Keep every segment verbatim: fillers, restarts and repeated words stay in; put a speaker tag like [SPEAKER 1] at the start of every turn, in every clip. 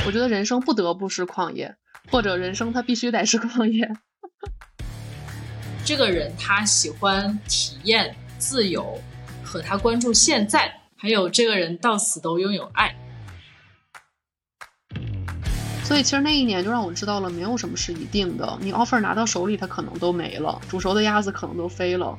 [SPEAKER 1] 我觉得人生不得不是旷野，或者人生它必须得是旷野。
[SPEAKER 2] 这个人他喜欢体验自由，和他关注现在，还有这个人到死都拥有爱。
[SPEAKER 1] 所以其实那一年就让我知道了，没有什么是一定的，你 offer 拿到手里它可能都没了，煮熟的鸭子可能都飞了。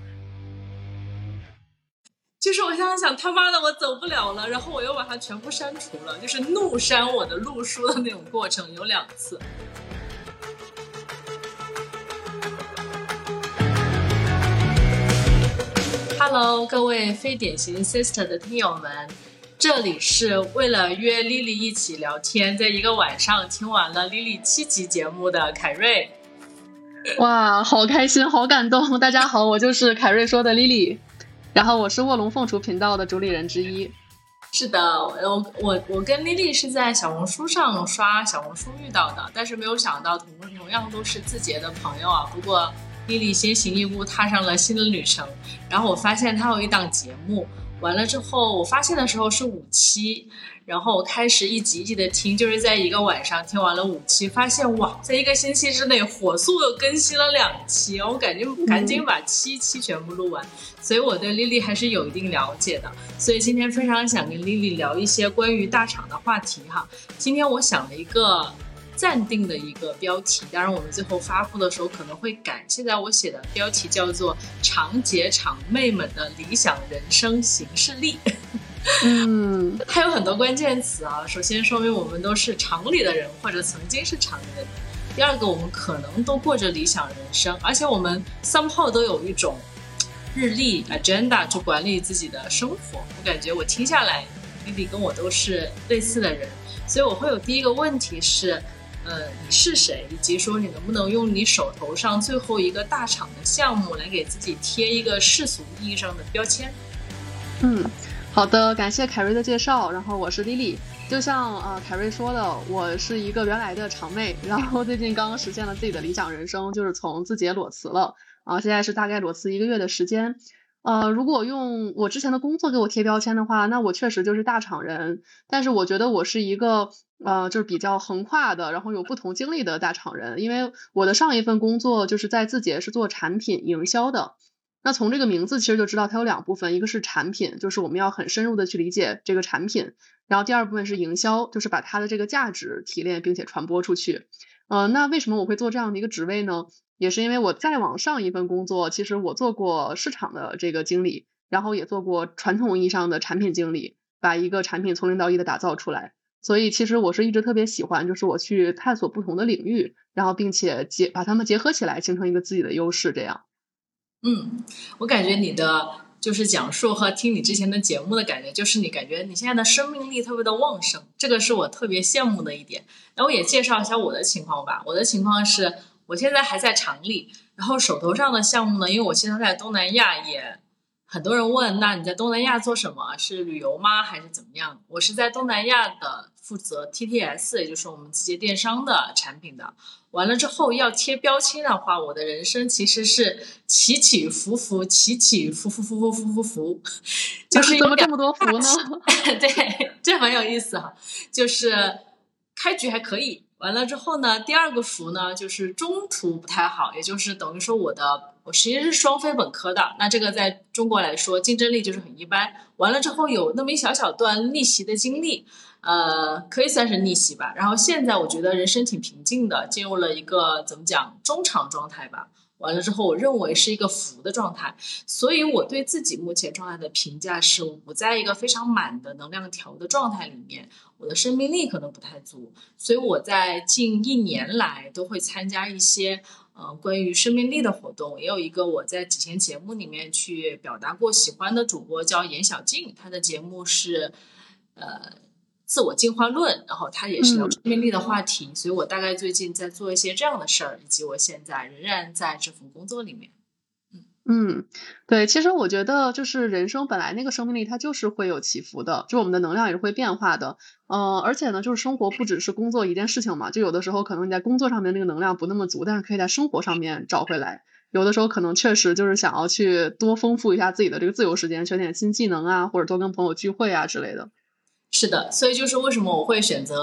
[SPEAKER 2] 就是我想想他妈的我走不了了，然后我又把它全部删除了，就是怒删我的录书的那种过程有两次。Hello， 各位非典型 sister 的听友们，这里是为了约 Lily 一起聊天，在一个晚上听完了 Lily 七集节目的凯瑞。
[SPEAKER 1] 哇，好开心，好感动！大家好，我就是凯瑞说的 Lily， 然后我是卧龙凤雏频道的主理人之一。
[SPEAKER 2] 是的，我我我跟 Lily 是在小红书上刷小红书遇到的，但是没有想到同同样都是字节的朋友啊。不过 Lily 先行一步踏上了新的旅程，然后我发现她有一档节目，完了之后我发现的时候是五期，然后我开始一集一集的听，就是在一个晚上听完了五期，发现哇，在一个星期之内火速的更新了两期，我感觉赶紧把七期全部录完，所以我对 Lily 还是有一定了解的，所以今天非常想跟 Lily 聊一些关于大厂的话题哈。今天我想了一个暂定的一个标题，当然我们最后发布的时候可能会改，现在我写的标题叫做长姐长妹们的理想人生行事历。
[SPEAKER 1] 嗯，
[SPEAKER 2] 它有很多关键词啊，首先说明我们都是厂里的人，或者曾经是厂里的人。第二个，我们可能都过着理想人生，而且我们 somehow 都有一种日历 agenda 去管理自己的生活。我感觉我听下来 Lily 跟我都是类似的人，所以我会有第一个问题是呃，你是谁，以及说你能不能用你手头上最后一个大厂的项目来给自己贴一个世俗意义上的标签。
[SPEAKER 1] 嗯，好的，感谢凯瑞的介绍。然后我是 Lily， 就像呃凯瑞说的，我是一个原来的厂妹，然后最近刚刚实现了自己的理想人生，就是从字节裸辞了啊、呃，现在是大概裸辞一个月的时间。呃，如果用我之前的工作给我贴标签的话，那我确实就是大厂人。但是我觉得我是一个呃，就是比较横跨的，然后有不同经历的大厂人。因为我的上一份工作就是在字节是做产品营销的。那从这个名字其实就知道它有两部分，一个是产品，就是我们要很深入的去理解这个产品，然后第二部分是营销，就是把它的这个价值提炼并且传播出去。呃，那为什么我会做这样的一个职位呢？也是因为我再往上一份工作，其实我做过市场的这个经理，然后也做过传统意义上的产品经理，把一个产品从零到一的打造出来。所以其实我是一直特别喜欢，就是我去探索不同的领域，然后并且结把它们结合起来，形成一个自己的优势，这样。
[SPEAKER 2] 嗯，我感觉你的就是讲述和听你之前的节目的感觉，就是你感觉你现在的生命力特别的旺盛，这个是我特别羡慕的一点。那我也介绍一下我的情况吧。我的情况是我现在还在厂里，然后手头上的项目呢，因为我现在在东南亚，也很多人问，那你在东南亚做什么？是旅游吗？还是怎么样？我是在东南亚的负责 T T S， 也就是我们字节电商的产品的。完了之后要贴标签的话，我的人生其实是起起伏伏，起起伏伏伏伏伏伏伏，就是
[SPEAKER 1] 怎么这么多伏呢？
[SPEAKER 2] 对，这蛮有意思哈。就是开局还可以，完了之后呢，第二个伏呢就是中途不太好，也就是等于说我的我其实是双非本科的，那这个在中国来说竞争力就是很一般。完了之后有那么一小小段逆袭的经历。呃，可以算是逆袭吧。然后现在我觉得人生挺平静的，进入了一个怎么讲中场状态吧。完了之后，我认为是一个浮的状态，所以我对自己目前状态的评价是，我不在一个非常满的能量条的状态里面，我的生命力可能不太足，所以我在近一年来都会参加一些呃关于生命力的活动，也有一个我在几前节目里面去表达过喜欢的主播叫严小静，她的节目是呃。自我进化论，然后它也是聊生命力的话题、嗯、所以我大概最近在做一些这样的事儿，以及我现在仍然在这份工作里面。
[SPEAKER 1] 嗯嗯，对，其实我觉得就是人生本来那个生命力它就是会有起伏的，就我们的能量也是会变化的。呃，而且呢，就是生活不只是工作一件事情嘛，就有的时候可能你在工作上面那个能量不那么足，但是可以在生活上面找回来。有的时候可能确实就是想要去多丰富一下自己的这个自由时间，学点新技能啊，或者多跟朋友聚会啊之类的。
[SPEAKER 2] 是的，所以就是为什么我会选择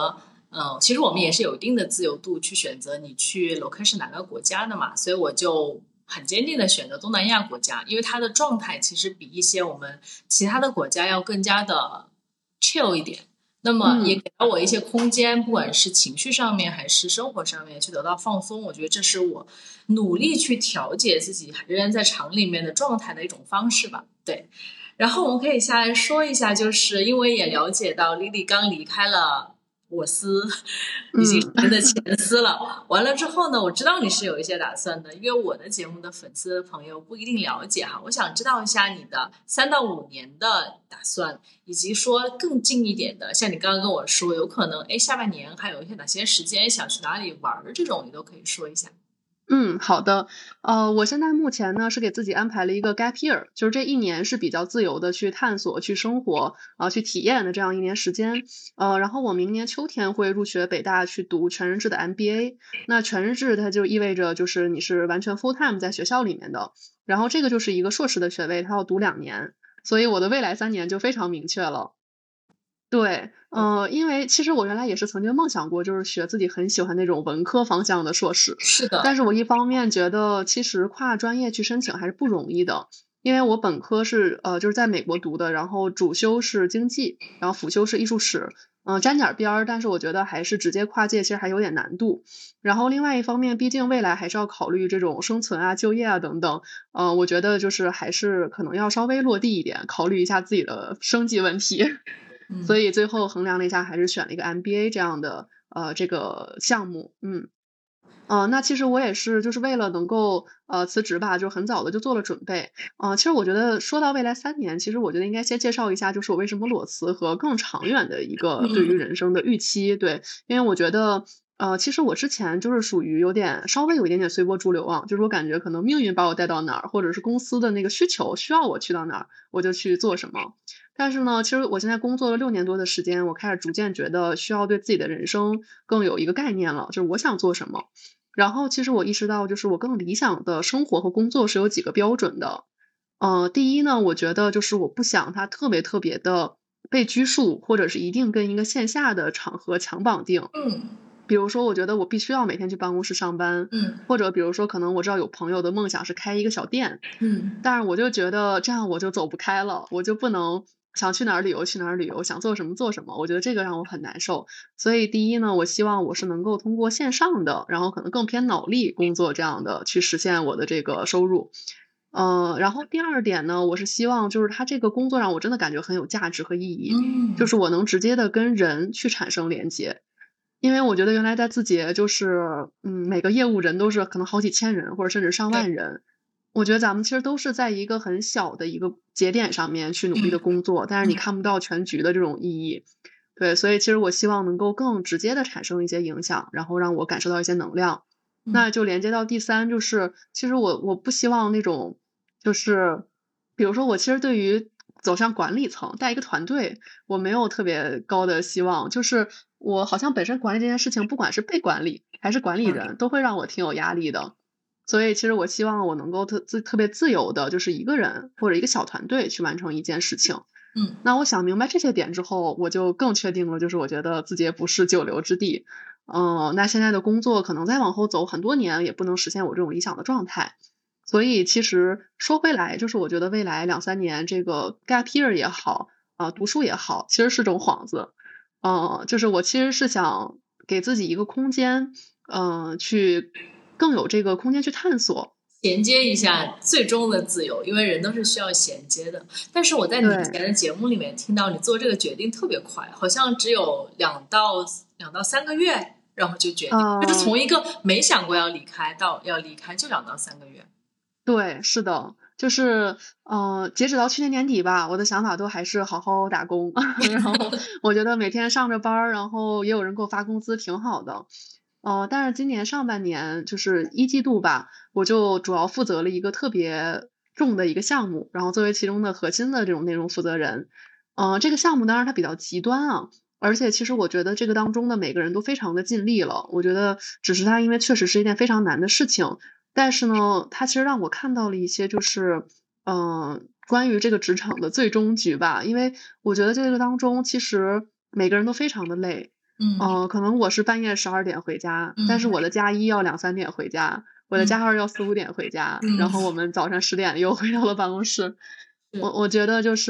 [SPEAKER 2] 嗯，其实我们也是有一定的自由度去选择你去 location 哪个国家的嘛，所以我就很坚定的选择东南亚国家，因为它的状态其实比一些我们其他的国家要更加的 chill 一点。那么也
[SPEAKER 1] 嗯。
[SPEAKER 2] 给了我一些空间，不管是情绪上面还是生活上面去得到放松，我觉得这是我努力去调节自己仍然在厂里面的状态的一种方式吧。对，然后我们可以下来说一下，就是因为也了解到 Lily 刚离开了我司，已经是
[SPEAKER 1] 嗯。
[SPEAKER 2] 您的前司了。完了之后呢，我知道你是有一些打算的，因为我的节目的粉丝朋友不一定了解哈。我想知道一下你的三到五年的打算，以及说更近一点的，像你刚刚跟我说，有可能哎下半年还有一些哪些时间想去哪里玩，这种你都可以说一下。
[SPEAKER 1] 嗯，好的。呃，我现在目前呢是给自己安排了一个 gap year，就是这一年是比较自由的去探索、去生活啊、呃去体验的这样一年时间。呃，然后我明年秋天会入学北大去读全日制的 M B A。那全日制它就意味着就是你是完全 full time 在学校里面的，然后这个就是一个硕士的学位，它要读两年，所以我的未来三年就非常明确了。对，呃，因为其实我原来也是曾经梦想过，就是学自己很喜欢那种文科方向的硕士。
[SPEAKER 2] 是的。
[SPEAKER 1] 但是我一方面觉得其实跨专业去申请还是不容易的，因为我本科是呃就是在美国读的，然后主修是经济，然后辅修是艺术史，嗯、沾点边儿，但是我觉得还是直接跨界其实还有点难度。然后另外一方面，毕竟未来还是要考虑这种生存啊、就业啊等等，呃，我觉得就是还是可能要稍微落地一点，考虑一下自己的生计问题。所
[SPEAKER 2] 嗯。
[SPEAKER 1] 以最后衡量了一下，还是选了一个 M B A 这样的呃这个项目。嗯。呃，那其实我也是就是为了能够呃辞职吧，就很早的就做了准备。呃，其实我觉得说到未来三年，其实我觉得应该先介绍一下，就是我为什么裸辞和更长远的一个对于
[SPEAKER 2] 嗯。
[SPEAKER 1] 人生的预期。对，因为我觉得。呃，其实我之前就是属于有点稍微有一点点随波逐流啊，就是我感觉可能命运把我带到哪儿，或者是公司的那个需求需要我去到哪儿，我就去做什么。但是呢，其实我现在工作了六年多的时间，我开始逐渐觉得需要对自己的人生更有一个概念了，就是我想做什么。然后其实我意识到，就是我更理想的生活和工作是有几个标准的。呃，第一呢，我觉得就是我不想它特别特别的被拘束，或者是一定跟一个线下的场合强绑定。
[SPEAKER 2] 嗯。
[SPEAKER 1] 比如说，我觉得我必须要每天去办公室上班，
[SPEAKER 2] 嗯。
[SPEAKER 1] 或者比如说，可能我知道有朋友的梦想是开一个小店，
[SPEAKER 2] 嗯。
[SPEAKER 1] 但是我就觉得这样我就走不开了，我就不能想去哪儿旅游去哪儿旅游，想做什么做什么，我觉得这个让我很难受。所以第一呢，我希望我是能够通过线上的，然后可能更偏脑力工作这样的去实现我的这个收入。呃，然后第二点呢，我是希望就是他这个工作让我真的感觉很有价值和意义，就
[SPEAKER 2] 嗯。
[SPEAKER 1] 是我能直接的跟人去产生连接。因为我觉得原来在字节就是，嗯，每个业务人都是可能好几千人或者甚至上
[SPEAKER 2] 对。
[SPEAKER 1] 万人。我觉得咱们其实都是在一个很小的一个节点上面去努力的
[SPEAKER 2] 嗯。
[SPEAKER 1] 工作，但是你
[SPEAKER 2] 嗯。
[SPEAKER 1] 看不到全局的这种意义。对，所以其实我希望能够更直接的产生一些影响，然后让我感受到一些能量。
[SPEAKER 2] 嗯。
[SPEAKER 1] 那就连接到第三，就是其实我我不希望那种就是比如说我其实对于走向管理层，带一个团队，我没有特别高的希望。就是我好像本身管理这件事情，不管是被管理还是管理人，都会让我挺有压力的。所以其实我希望我能够特自特别自由的，就是一个人或者一个小团队去完成一件事情。
[SPEAKER 2] 嗯。
[SPEAKER 1] 那我想明白这些点之后，我就更确定了，就是我觉得字节不是久留之地。嗯，那现在的工作可能再往后走很多年，也不能实现我这种理想的状态。所以其实说回来，就是我觉得未来两三年这个 gap year 也好，啊、读书也好，其实是种幌子。嗯，就是我其实是想给自己一个空间，嗯、去更有这个空间去探索。
[SPEAKER 2] 衔接一下最终的自由，因为人都是需要衔接的。但是我在你以
[SPEAKER 1] 对。
[SPEAKER 2] 前的节目里面听到你做这个决定特别快，好像只有两到两到三个月，然后就决定，就是
[SPEAKER 1] 嗯、
[SPEAKER 2] 从一个没想过要离开到要离开，就两到三个月。
[SPEAKER 1] 对，是的，就是，呃，截止到去年年底吧，我的想法都还是好好打工，然后我觉得每天上着班儿，然后也有人给我发工资，挺好的。呃，但是今年上半年就是一季度吧，我就主要负责了一个特别重的一个项目，然后作为其中的核心的这种内容负责人。呃，这个项目当然它比较极端啊，而且其实我觉得这个当中的每个人都非常的尽力了，我觉得只是它因为确实是一件非常难的事情，但是呢，它其实让我看到了一些就是，嗯，关于这个职场的最终局吧。因为我觉得这个当中其实每个人都非常的累，
[SPEAKER 2] 嗯
[SPEAKER 1] 呃，可能我是半夜十二点回家，
[SPEAKER 2] 嗯
[SPEAKER 1] 但是我的加一要两三点回家，我的加二要四五点回家，
[SPEAKER 2] 嗯
[SPEAKER 1] 然后我们早上十点又回到了办公室。
[SPEAKER 2] 是
[SPEAKER 1] 我我觉得就是，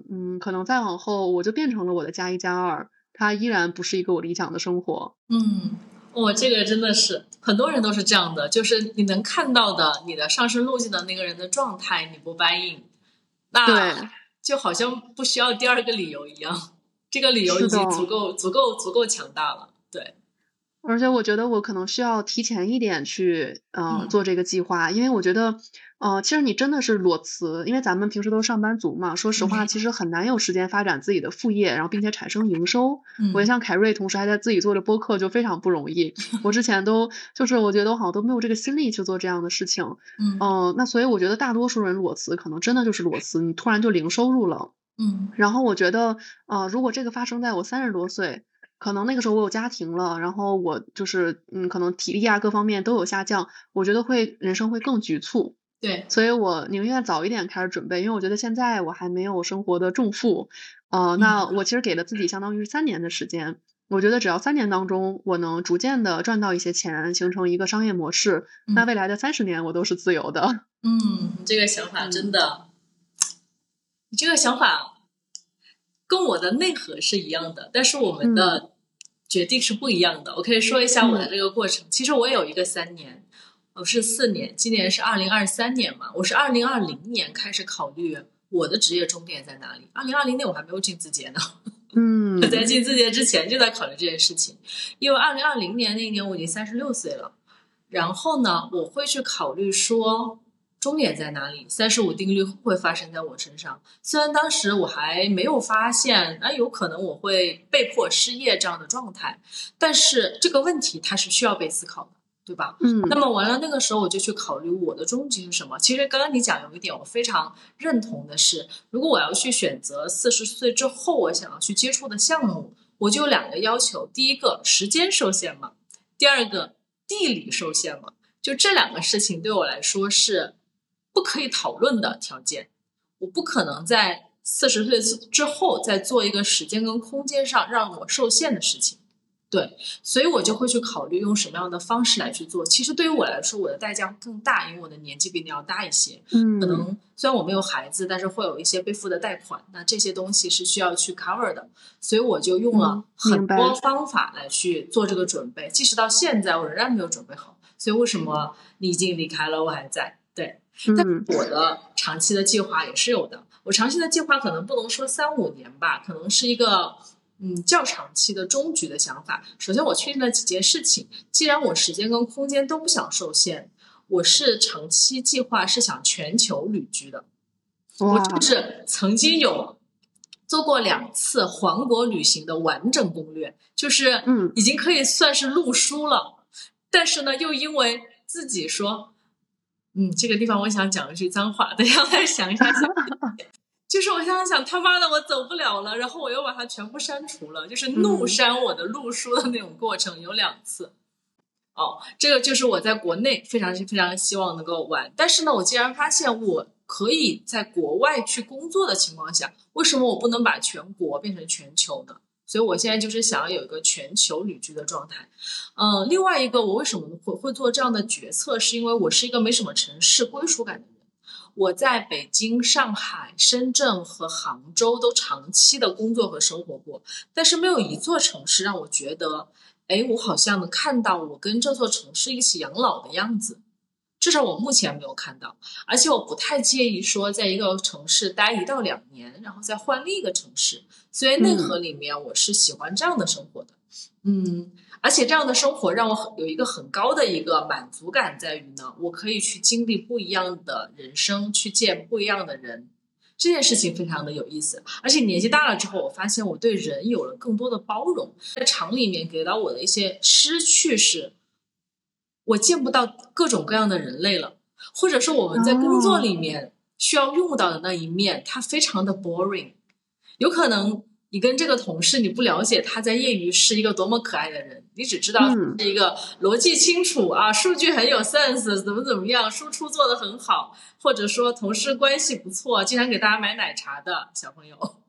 [SPEAKER 1] 嗯，可能再往后我就变成了我的加一加二，它依然不是一个我理想的生活。
[SPEAKER 2] 嗯，哦，这个真的是很多人都是这样的，就是你能看到的你的上升路径的那个人的状态，你不 buy in，那
[SPEAKER 1] 对，
[SPEAKER 2] 就好像不需要第二个理由一样，这个理由
[SPEAKER 1] 是的。
[SPEAKER 2] 已经足够足够足够强大了。对，
[SPEAKER 1] 而且我觉得我可能需要提前一点去，呃，
[SPEAKER 2] 嗯
[SPEAKER 1] 做这个计划。因为我觉得，呃，其实你真的是裸辞，因为咱们平时都是上班族嘛，说实话，
[SPEAKER 2] 嗯
[SPEAKER 1] 其实很难有时间发展自己的副业，然后并且产生营收。我也
[SPEAKER 2] 嗯
[SPEAKER 1] 像凯瑞，同时还在自己做着播客，就非常不容易。我之前都就是我觉得我好像都没有这个心力去做这样的事情。
[SPEAKER 2] 嗯
[SPEAKER 1] 嗯，那所以我觉得大多数人裸辞可能真的就是裸辞，你突然就零收入了。
[SPEAKER 2] 嗯
[SPEAKER 1] 然后我觉得，呃，如果这个发生在我三十多岁，可能那个时候我有家庭了，然后我就是，嗯，可能体力啊各方面都有下降，我觉得会人生会更局促。
[SPEAKER 2] 对，
[SPEAKER 1] 所以我宁愿早一点开始准备，因为我觉得现在我还没有生活的重负。呃，那
[SPEAKER 2] 嗯
[SPEAKER 1] 我其实给了自己相当于是三年的时间，我觉得只要三年当中我能逐渐的赚到一些钱，形成一个商业模式，那
[SPEAKER 2] 嗯
[SPEAKER 1] 未来的三十年我都是自由的。
[SPEAKER 2] 嗯，你这个想法真的，你这个想法跟我的内核是一样的，但是我们的决定是不一样的。我可以说一下我的这个过程。其实我有一个三年，我是四年，今年是二零二三年嘛，我是二零二零年开始考虑我的职业终点在哪里。二零二零年我还没有进字节呢，
[SPEAKER 1] 嗯，
[SPEAKER 2] 在进字节之前就在考虑这件事情，因为二零二零年那一年我已经三十六岁了，然后呢，我会去考虑说终点在哪里，三十五定律会不会发生在我身上。虽然当时我还没有发现，哎，有可能我会被迫失业这样的状态，但是这个问题它是需要被思考的，对吧？
[SPEAKER 1] 嗯，
[SPEAKER 2] 那么完了，那个时候我就去考虑我的终极是什么。其实刚刚你讲有一点我非常认同的是，如果我要去选择四十岁之后我想要去接触的项目，我就有两个要求：第一个，时间受限嘛；第二个，地理受限嘛。就这两个事情对我来说是不可以讨论的条件。我不可能在四十岁之后再做一个时间跟空间上让我受限的事情。对，所以我就会去考虑用什么样的方式来去做。其实对于我来说，我的代价会更大，因为我的年纪比你要大一些。
[SPEAKER 1] 嗯，
[SPEAKER 2] 可能虽然我没有孩子，但是会有一些背负的贷款，那这些东西是需要去 cover 的。所以我就用了很多方法来去做这个准备，即使到现在我仍然没有准备好。所以为什么你已经离开了，我还在？对，但我的长期的计划也是有的。我长期的计划可能不能说三五年吧，可能是一个嗯较长期的终局的想法。首先我确定了几件事情，既然我时间跟空间都不想受限，我是长期计划是想全球旅居的。我就是曾经有做过两次环国旅行的完整攻略，就是已经可以算是录书了。但是呢，又因为自己说，嗯，这个地方我想讲一句脏话，等一下我再想一下。就是我想想，他妈的，我走不了了，然后我又把它全部删除了，就是怒删我的录书的那种过程有两次。哦，这个就是我在国内非常非常希望能够玩，但是呢，我既然发现我可以在国外去工作的情况下，为什么我不能把全国变成全球呢？所以我现在就是想要有一个全球旅居的状态。嗯，另外一个我为什么会会做这样的决策，是因为我是一个没什么城市归属感的人。我在北京、上海、深圳和杭州都长期的工作和生活过，但是没有一座城市让我觉得，哎，我好像能看到我跟这座城市一起养老的样子。至少我目前没有看到，而且我不太介意说在一个城市待一到两年，然后再换另一个城市。所以内核里面我是喜欢这样的生活的，嗯，而且这样的生活让我有一个很高的一个满足感，在于呢，我可以去经历不一样的人生，去见不一样的人，这件事情非常的有意思。而且年纪大了之后，我发现我对人有了更多的包容。在厂里面给到我的一些失去是，我见不到各种各样的人类了，或者说我们在工作里面需要用到的那一面，它非常的 boring。有可能你跟这个同事你不了解他在业余是一个多么可爱的人，你只知道是一个逻辑清楚啊，数据很有 sense， 怎么怎么样，输出做得很好，或者说同事关系不错，经常给大家买奶茶的小朋友。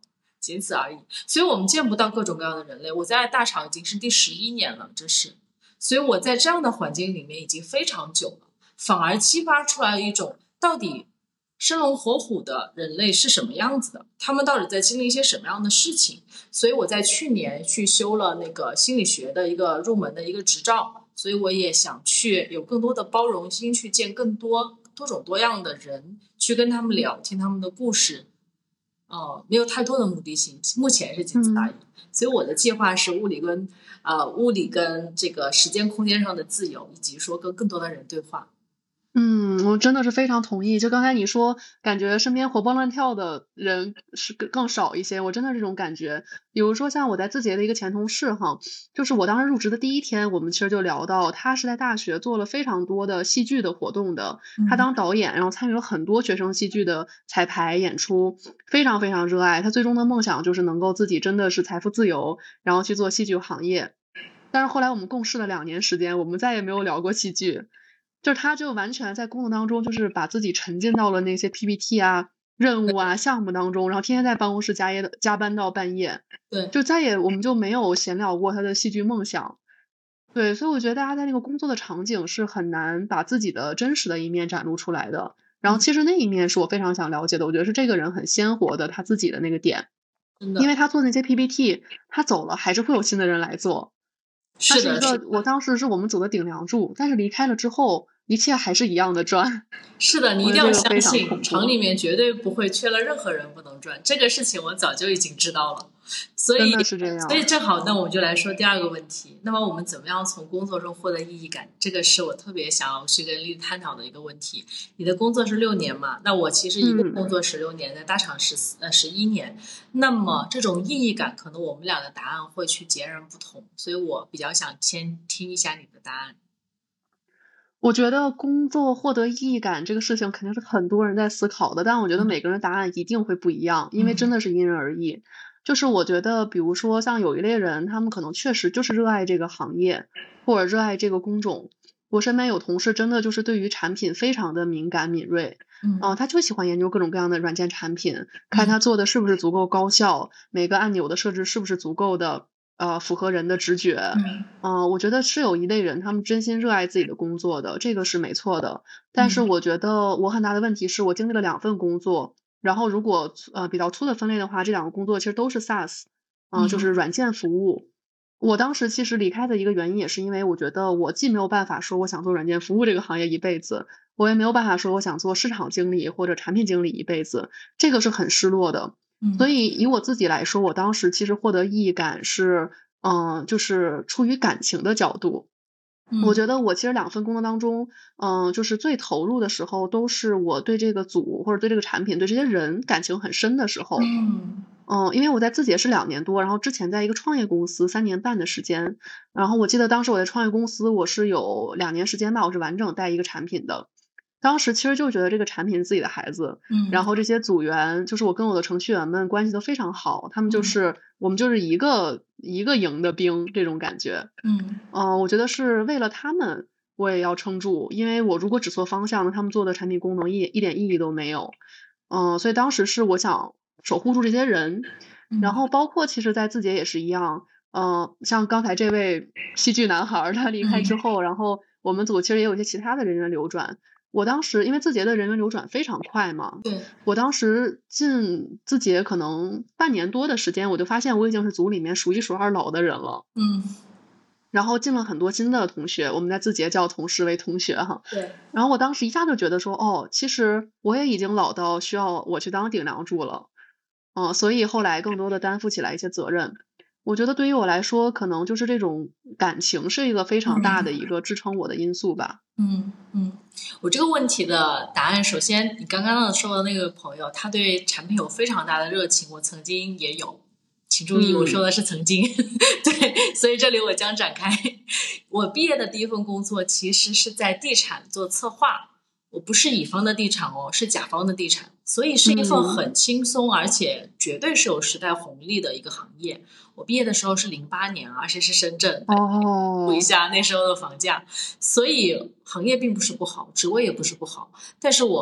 [SPEAKER 2] 仅此而已。所以我们见不到各种各样的人类。我在大厂已经是第十一年了，这是，所以我在这样的环境里面已经非常久了，反而激发出来一种到底生龙活虎的人类是什么样子的，他们到底在经历一些什么样的事情。所以我在去年去修了那个心理学的一个入门的一个执照，所以我也想去有更多的包容心，去见更多多种多样的人，去跟他们聊，听他们的故事。呃，没有太多的目的性，目前是仅此而已。嗯、所以我的计划是物理跟呃物理跟这个时间空间上的自由，以及说跟更多的人对话。
[SPEAKER 1] 嗯，我真的是非常同意。就刚才你说，感觉身边活蹦乱跳的人是更更少一些，我真的是这种感觉。比如说像我在字节的一个前同事哈，就是我当时入职的第一天，我们其实就聊到，他是在大学做了非常多的戏剧的活动的，他当导演，然后参与了很多学生戏剧的彩排演出，非常非常热爱。他最终的梦想就是能够自己真的是财富自由，然后去做戏剧行业。但是后来我们共事了两年时间，我们再也没有聊过戏剧。就是他就完全在工作当中，就是把自己沉浸到了那些 P P T 啊、任务啊、项目当中，然后天天在办公室加夜加班到半夜。
[SPEAKER 2] 对，
[SPEAKER 1] 就再也我们就没有闲聊过他的戏剧梦想。对，所以我觉得大家在那个工作的场景是很难把自己的真实的一面展露出来的。然后其实那一面是我非常想了解的，我觉得是这个人很鲜活的他自己的那个点。
[SPEAKER 2] 真的，
[SPEAKER 1] 因为他做那些 P P T， 他走了还是会有新的人来做。他是一个，我当时是我们组的顶梁柱，但是离开了之后，一切还是一样的转。
[SPEAKER 2] 是的，你一定要相信，厂里面绝对不会缺了任何人不能转，这个事情我早就已经知道了。所以
[SPEAKER 1] 真的是这样。
[SPEAKER 2] 所以正好，那我们就来说第二个问题。那么我们怎么样从工作中获得意义感？这个是我特别想要去跟丽探讨的一个问题。你的工作是六年嘛？那我其实一个工作十六年，在大厂十四呃十一年。那么这种意义感，可能我们俩的答案会去截然不同。所以我比较想先听一下你的答案。
[SPEAKER 1] 我觉得工作获得意义感这个事情肯定是很多人在思考的，但我觉得每个人答案一定会不一样，因为真的是因人而异。就是我觉得比如说像有一类人，他们可能确实就是热爱这个行业或者热爱这个工种。我身边有同事真的就是对于产品非常的敏感敏锐，嗯、呃，他就喜欢研究各种各样的软件产品，看他做的是不是足够高效，每个按钮的设置是不是足够的呃，符合人的直觉。嗯、呃，我觉得是有一类人，他们真心热爱自己的工作的，这个是没错的。但是我觉得我很大的问题是我经历了两份工作，然后如果呃比较粗的分类的话，这两个工作其实都是 SaaS， 嗯、呃，就是软件服务。我当时其实离开的一个原因也是因为我觉得我既没有办法说我想做软件服务这个行业一辈子，我也没有办法说我想做市场经理或者产品经理一辈子，这个是很失落的。所以以我自己来说，我当时其实获得意义感是，嗯、呃，就是出于感情的角度。我觉得我其实两份工作当中，嗯、呃，就是最投入的时候，都是我对这个组或者对这个产品、对这些人感情很深的时候。嗯，嗯、呃，因为我在字节是两年多，然后之前在一个创业公司三年半的时间，然后我记得当时我在创业公司，我是有两年时间吧，我是完整带一个产品的。当时其实就觉得这个产品是自己的孩子，嗯，然后这些组员就是我跟我的程序员们关系都非常好，他们就是、嗯、我们就是一个一个营的兵这种感觉，嗯，呃，我觉得是为了他们我也要撑住，因为我如果只做方向，那他们做的产品功能一一点意义都没有，嗯、呃，所以当时是我想守护住这些人，然后包括其实在字节也是一样，嗯、呃，像刚才这位戏剧男孩他离开之后，嗯、然后我们组其实也有一些其他的人员流转。我当时因为字节的人员流转非常快嘛，对，我当时进字节可能半年多的时间，我就发现我已经是组里面数一数二老的人了，嗯，然后进了很多新的同学，我们在字节叫同事为同学哈，对，然后我当时一下就觉得说，哦，其实我也已经老到需要我去当顶梁柱了，嗯、呃，所以后来更多的担负起来一些责任。我觉得对于我来说，可能就是这种感情是一个非常大的一个支撑我的因素吧。
[SPEAKER 2] 嗯嗯，我这个问题的答案，首先你刚刚说的那个朋友，他对产品有非常大的热情，我曾经也有，请注意我说的是曾经，嗯、对，所以这里我将展开。我毕业的第一份工作其实是在地产做策划，我不是乙方的地产哦，是甲方的地产，所以是一份很轻松，嗯、而且绝对是有时代红利的一个行业。我毕业的时候是零八年，而且是深圳，
[SPEAKER 1] 哦，
[SPEAKER 2] 补一下那时候的房价，所以行业并不是不好，职位也不是不好，但是我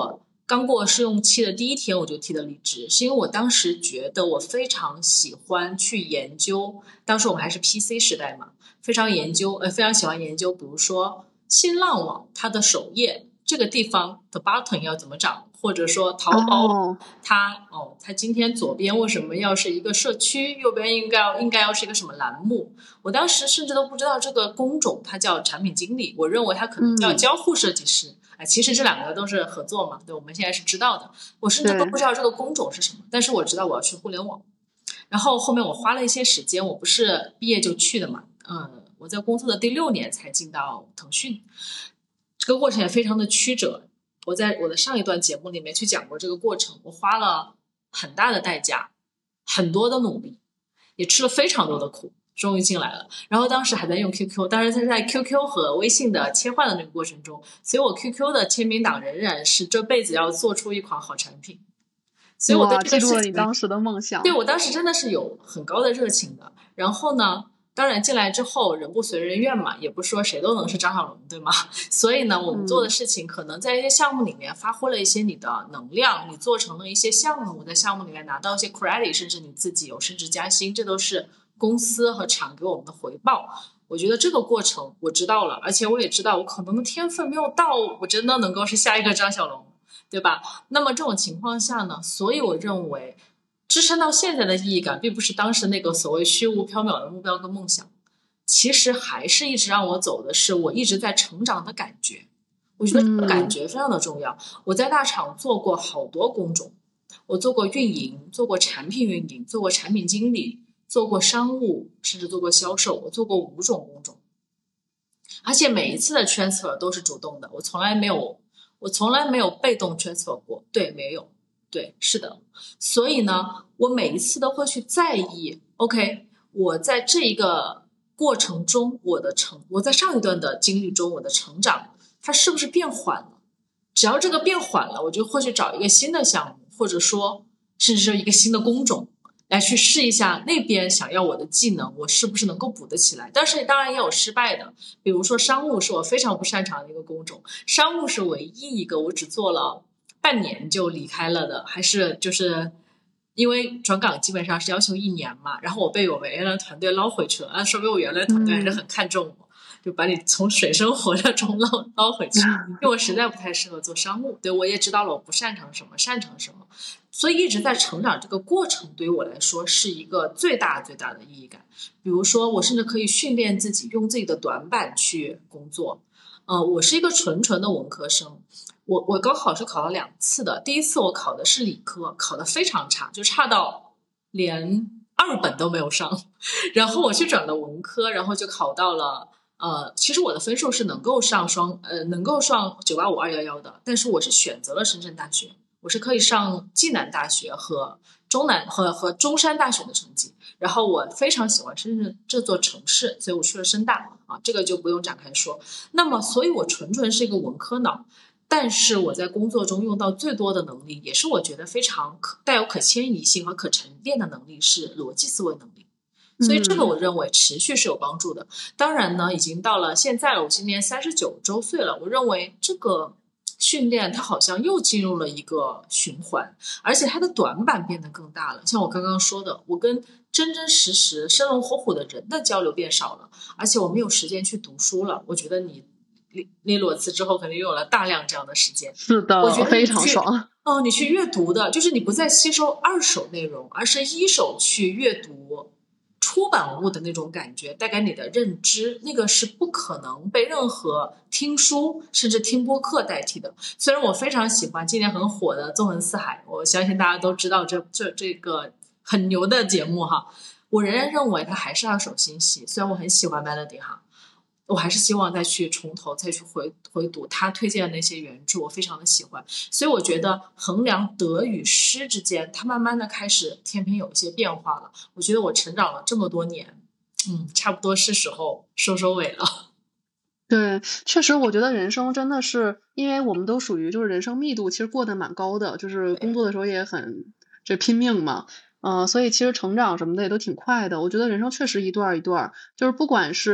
[SPEAKER 2] 刚过试用期的第一天我就提的离职，是因为我当时觉得我非常喜欢去研究，当时我们还是 P C 时代嘛，非常研究呃非常喜欢研究，比如说新浪网它的首页这个地方的 button 要怎么长，或者说淘宝
[SPEAKER 1] 哦，
[SPEAKER 2] 它哦它今天左边为什么要是一个社区，右边应该应该要是一个什么栏目，我当时甚至都不知道这个工种它叫产品经理，我认为它可能叫
[SPEAKER 1] 嗯，
[SPEAKER 2] 交互设计师。哎，其实这两个都是合作嘛，对，我们现在是知道的。我甚至都
[SPEAKER 1] 对，
[SPEAKER 2] 不知道这个工种是什么，但是我知道我要去互联网。然后后面我花了一些时间，我不是毕业就去的嘛，嗯，我在工作的第六年才进到腾讯，这个过程也非常的曲折。我在我的上一段节目里面去讲过这个过程，我花了很大的代价，很多的努力，也吃了非常多的苦，终于进来了。然后当时还在用 Q Q， 当然是在 Q Q 和微信的切换的那个过程中，所以我 Q Q 的签名档仍然是这辈子要做出一款好产品。所以我对
[SPEAKER 1] 哇，
[SPEAKER 2] 这个
[SPEAKER 1] 记录了
[SPEAKER 2] 事情，
[SPEAKER 1] 你当时的梦想。
[SPEAKER 2] 对我当时真的是有很高的热情的。然后呢，当然进来之后人不随人愿嘛，也不是说谁都能是张小龙，对吗？所以呢，我们做的
[SPEAKER 1] 嗯
[SPEAKER 2] 事情可能在一些项目里面发挥了一些你的能量，你做成了一些项目，在项目里面拿到一些 credit， 甚至你自己有升职加薪，这都是公司和厂给我们的回报。我觉得这个过程我知道了，而且我也知道我可能天分没有到，我真的能够是下一个张小龙，对吧？那么这种情况下呢，所以我认为支撑到现在的意义感，并不是当时那个所谓虚无缥缈的目标跟梦想，其实还是一直让我走的是我一直在成长的感觉。我觉得这个感
[SPEAKER 1] 嗯
[SPEAKER 2] 觉非常的重要。我在大厂做过好多工种，我做过运营，做过产品运营，做过产品经理，做过商务，甚至做过销售，我做过五种工种，而且每一次的 transfer 都是主动的，我从来没有，我从来没有被动 transfer 过，对，没有，对，是的。所以呢，我每一次都会去在意 ，OK，我在这一个过程中，我的成，我在上一段的经历中，我的成长，它是不是变缓了？只要这个变缓了，我就会去找一个新的项目，或者说，甚至是一个新的工种，来去试一下那边想要我的技能，我是不是能够补得起来。但是当然也有失败的，比如说商务是我非常不擅长的一个工种，商务是唯一一个我只做了半年就离开了的，还是就是因为转岗基本上是要求一年嘛，然后我被我们原来的团队捞回去了，啊，说明我原来的团队还是
[SPEAKER 1] 嗯
[SPEAKER 2] 很看重我，就把你从水深火热中捞捞回去，因为我实在不太适合做商务，对，我也知道了我不擅长什么，擅长什么，所以一直在成长这个过程对于我来说是一个最大最大的意义感。比如说我甚至可以训练自己用自己的短板去工作。呃，我是一个纯纯的文科生，我我高考是考了两次的，第一次我考的是理科，考得非常差，就差到连二本都没有上，然后我去转了文科，然后就考到了。呃，其实我的分数是能够上双呃能够上九八五二幺幺的，但是我是选择了深圳大学，我是可以上暨南大学和中南和和中山大学的成绩。然后我非常喜欢深圳这座城市，所以我去了深大啊，这个就不用展开说。那么，所以我纯纯是一个文科脑，但是我在工作中用到最多的能力，也是我觉得非常可带有可迁移性和可沉淀的能力，是逻辑思维能力。所以这个
[SPEAKER 1] 嗯
[SPEAKER 2] 我认为持续是有帮助的。当然呢，已经到了现在了，我今年三十九周岁了，我认为这个训练它好像又进入了一个循环，而且它的短板变得更大了。像我刚刚说的，我跟真真实实生龙活虎的人的交流变少了，而且我没有时间去读书了。我觉得你你你裸辞之后肯定有了大量这样的时间，
[SPEAKER 1] 是
[SPEAKER 2] 我觉
[SPEAKER 1] 的，非
[SPEAKER 2] 得你去
[SPEAKER 1] 常爽。
[SPEAKER 2] 哦，你去阅读的，就是你不再吸收二手内容，而是一手去阅读出版物的那种感觉，带给你的认知，那个是不可能被任何听书甚至听播客代替的。虽然我非常喜欢今年很火的《纵横四海》，我相信大家都知道这这这个很牛的节目哈，我仍然认为它还是二手信息。虽然我很喜欢 Melody 哈，我还是希望再去从头再去回回读他推荐的那些原著，我非常的喜欢。所以我觉得衡量得与失之间，它慢慢的开始天平有一些变化了。我觉得我成长了这么多年，嗯，差不多是时候收收尾了。
[SPEAKER 1] 对，确实我觉得人生真的是，因为我们都属于就是人生密度其实过得蛮高的，就是工作的时候也很这拼命嘛，呃，所以其实成长什么的也都挺快的。我觉得人生确实一段儿一段儿，就是不管是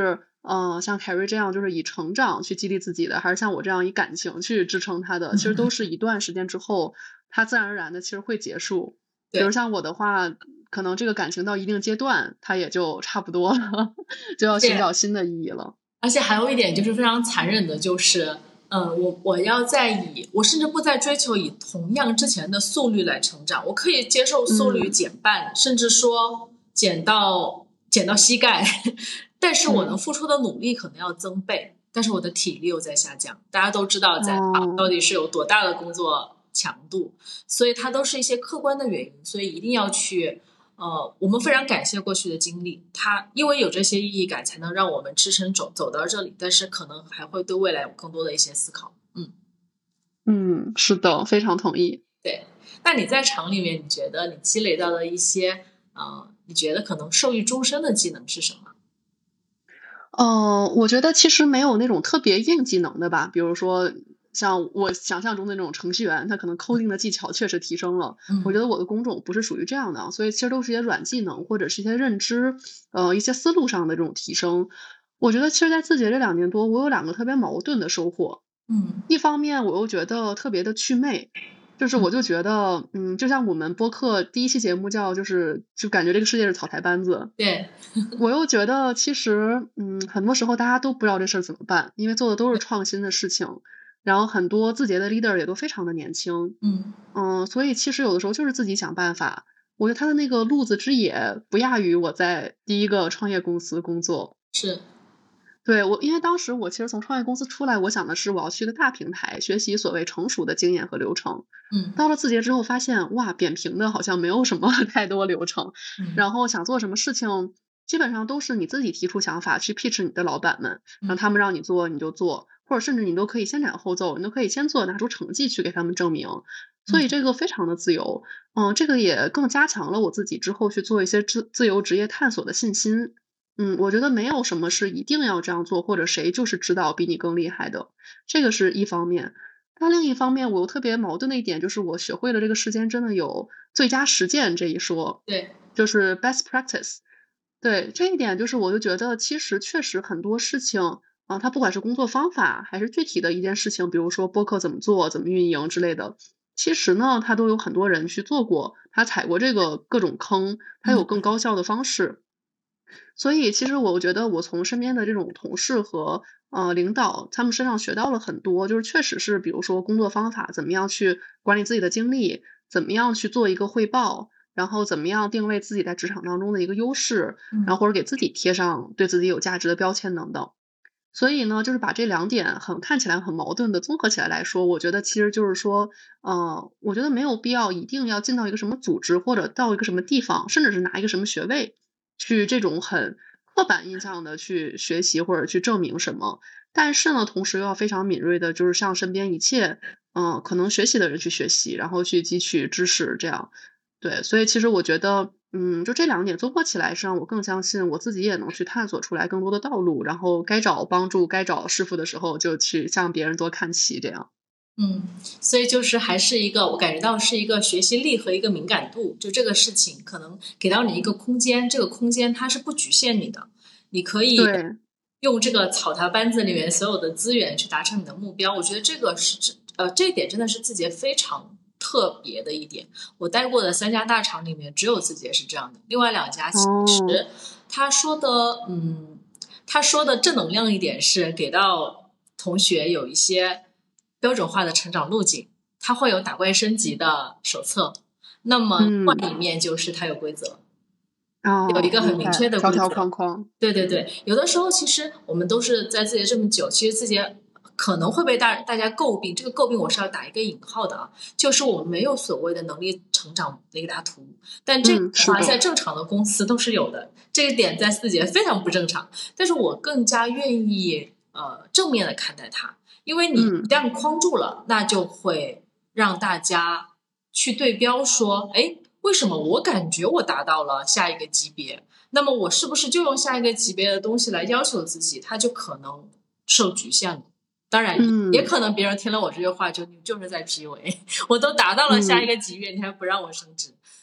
[SPEAKER 1] 呃，像凯瑞这样就是以成长去激励自己的，还是像我这样以感情去支撑他的，其实都是一段时间之后，它自然而然的其实会结束。比如像我的话，可能这个感情到一定阶段，它也就差不多了，就要寻找新的意义了。
[SPEAKER 2] 而且还有一点就是非常残忍的，就是嗯，我我要在以我甚至不再追求以同样之前的速率来成长，我可以接受速率减半，嗯、甚至说减到减到膝盖，但是我能付出的努力可能要增倍，嗯、但是我的体力又在下降。大家都知道在厂到底是有多大的工作强度，哦、所以它都是一些客观的原因，所以一定要去。呃，我们非常感谢过去的经历，它因为有这些意义感，才能让我们支撑走走到这里。但是可能还会对未来有更多的一些思考。嗯
[SPEAKER 1] 嗯，是的，非常同意。
[SPEAKER 2] 对，那你在厂里面，你觉得你积累到的一些呃，你觉得可能受益终身的技能是什么？
[SPEAKER 1] 呃，我觉得其实没有那种特别硬技能的吧，比如说。像我想象中的那种程序员，他可能 coding 的技巧确实提升了。
[SPEAKER 2] 嗯、
[SPEAKER 1] 我觉得我的工种不是属于这样的，所以其实都是一些软技能或者是一些认知，呃，一些思路上的这种提升。我觉得其实在字节这两年多，我有两个特别矛盾的收获。
[SPEAKER 2] 嗯，
[SPEAKER 1] 一方面我又觉得特别的祛魅，就是我就觉得，嗯，就像我们播客第一期节目叫就是就感觉这个世界是草台班子。
[SPEAKER 2] 对，
[SPEAKER 1] 我又觉得其实，嗯，很多时候大家都不知道这事儿怎么办，因为做的都是创新的事情。然后很多字节的 leader 也都非常的年轻，
[SPEAKER 2] 嗯
[SPEAKER 1] 嗯，所以其实有的时候就是自己想办法。我觉得他的那个路子之野不亚于我在第一个创业公司工作。
[SPEAKER 2] 是，
[SPEAKER 1] 对，我因为当时我其实从创业公司出来，我想的是我要去一个大平台学习所谓成熟的经验和流程。
[SPEAKER 2] 嗯，
[SPEAKER 1] 到了字节之后发现，哇，扁平的好像没有什么太多流程，
[SPEAKER 2] 嗯、
[SPEAKER 1] 然后想做什么事情，基本上都是你自己提出想法去 pitch 你的老板们，让他们让你做你就做。或者甚至你都可以先斩后奏，你都可以先做，拿出成绩去给他们证明。所以这个非常的自由，嗯，这个也更加强了我自己之后去做一些自自由职业探索的信心。嗯，我觉得没有什么是一定要这样做，或者谁就是知道比你更厉害的，这个是一方面。但另一方面，我又特别矛盾的一点就是，我学会了这个世间真的有最佳实践这一说，
[SPEAKER 2] 对，
[SPEAKER 1] 就是 best practice。对，这一点就是我就觉得其实确实很多事情。啊，它不管是工作方法还是具体的一件事情，比如说播客怎么做、怎么运营之类的，其实呢，它都有很多人去做过，他踩过这个各种坑，他有更高效的方式。所以其实我觉得我从身边的这种同事和呃领导他们身上学到了很多，就是确实是比如说工作方法，怎么样去管理自己的精力，怎么样去做一个汇报，然后怎么样定位自己在职场当中的一个优势，然后或者给自己贴上对自己有价值的标签等等。所以呢，就是把这两点很看起来很矛盾的综合起来来说，我觉得其实就是说，呃，我觉得没有必要一定要进到一个什么组织，或者到一个什么地方，甚至是拿一个什么学位，去这种很刻板印象的去学习或者去证明什么。但是呢，同时又要非常敏锐的，就是向身边一切，嗯、呃，可能学习的人去学习，然后去汲取知识，这样。对，所以其实我觉得，嗯，就这两点综合起来，是让我更相信我自己也能去探索出来更多的道路，然后该找帮助、该找师傅的时候，就去向别人多看齐，这样。
[SPEAKER 2] 嗯，所以就是还是一个，我感觉到是一个学习力和一个敏感度，就这个事情可能给到你一个空间，这个空间它是不局限你的，你可以用这个草台班子里面所有的资源去达成你的目标。我觉得这个是呃，这一点真的是字节非常特别的一点。我待过的三家大厂里面，只有字节是这样的，另外两家其实他说的，嗯，他说的正能量一点是给到同学有一些标准化的成长路径，它会有打怪升级的手册。那么另一面就是它有规则，
[SPEAKER 1] 嗯、
[SPEAKER 2] 有一个很明确的规则，
[SPEAKER 1] 条条框框。
[SPEAKER 2] 对对对，有的时候其实我们都是在字节这么久，其实字节可能会被大大家诟病，这个诟病我是要打一个引号的啊，就是我们没有所谓的能力成长雷达图，但这个话在正常的公司都是有的，嗯、这一点在字节非常不正常。但是我更加愿意呃正面的看待它，因为你一旦框住了，嗯、那就会让大家去对标说，哎，为什么我感觉我达到了下一个级别？那么我是不是就用下一个级别的东西来要求自己？它就可能受局限了。当然，
[SPEAKER 1] 嗯、
[SPEAKER 2] 也可能别人听了我这句话就你就是在 P U A， 我都达到了下一个级别，嗯、你还不让我升职。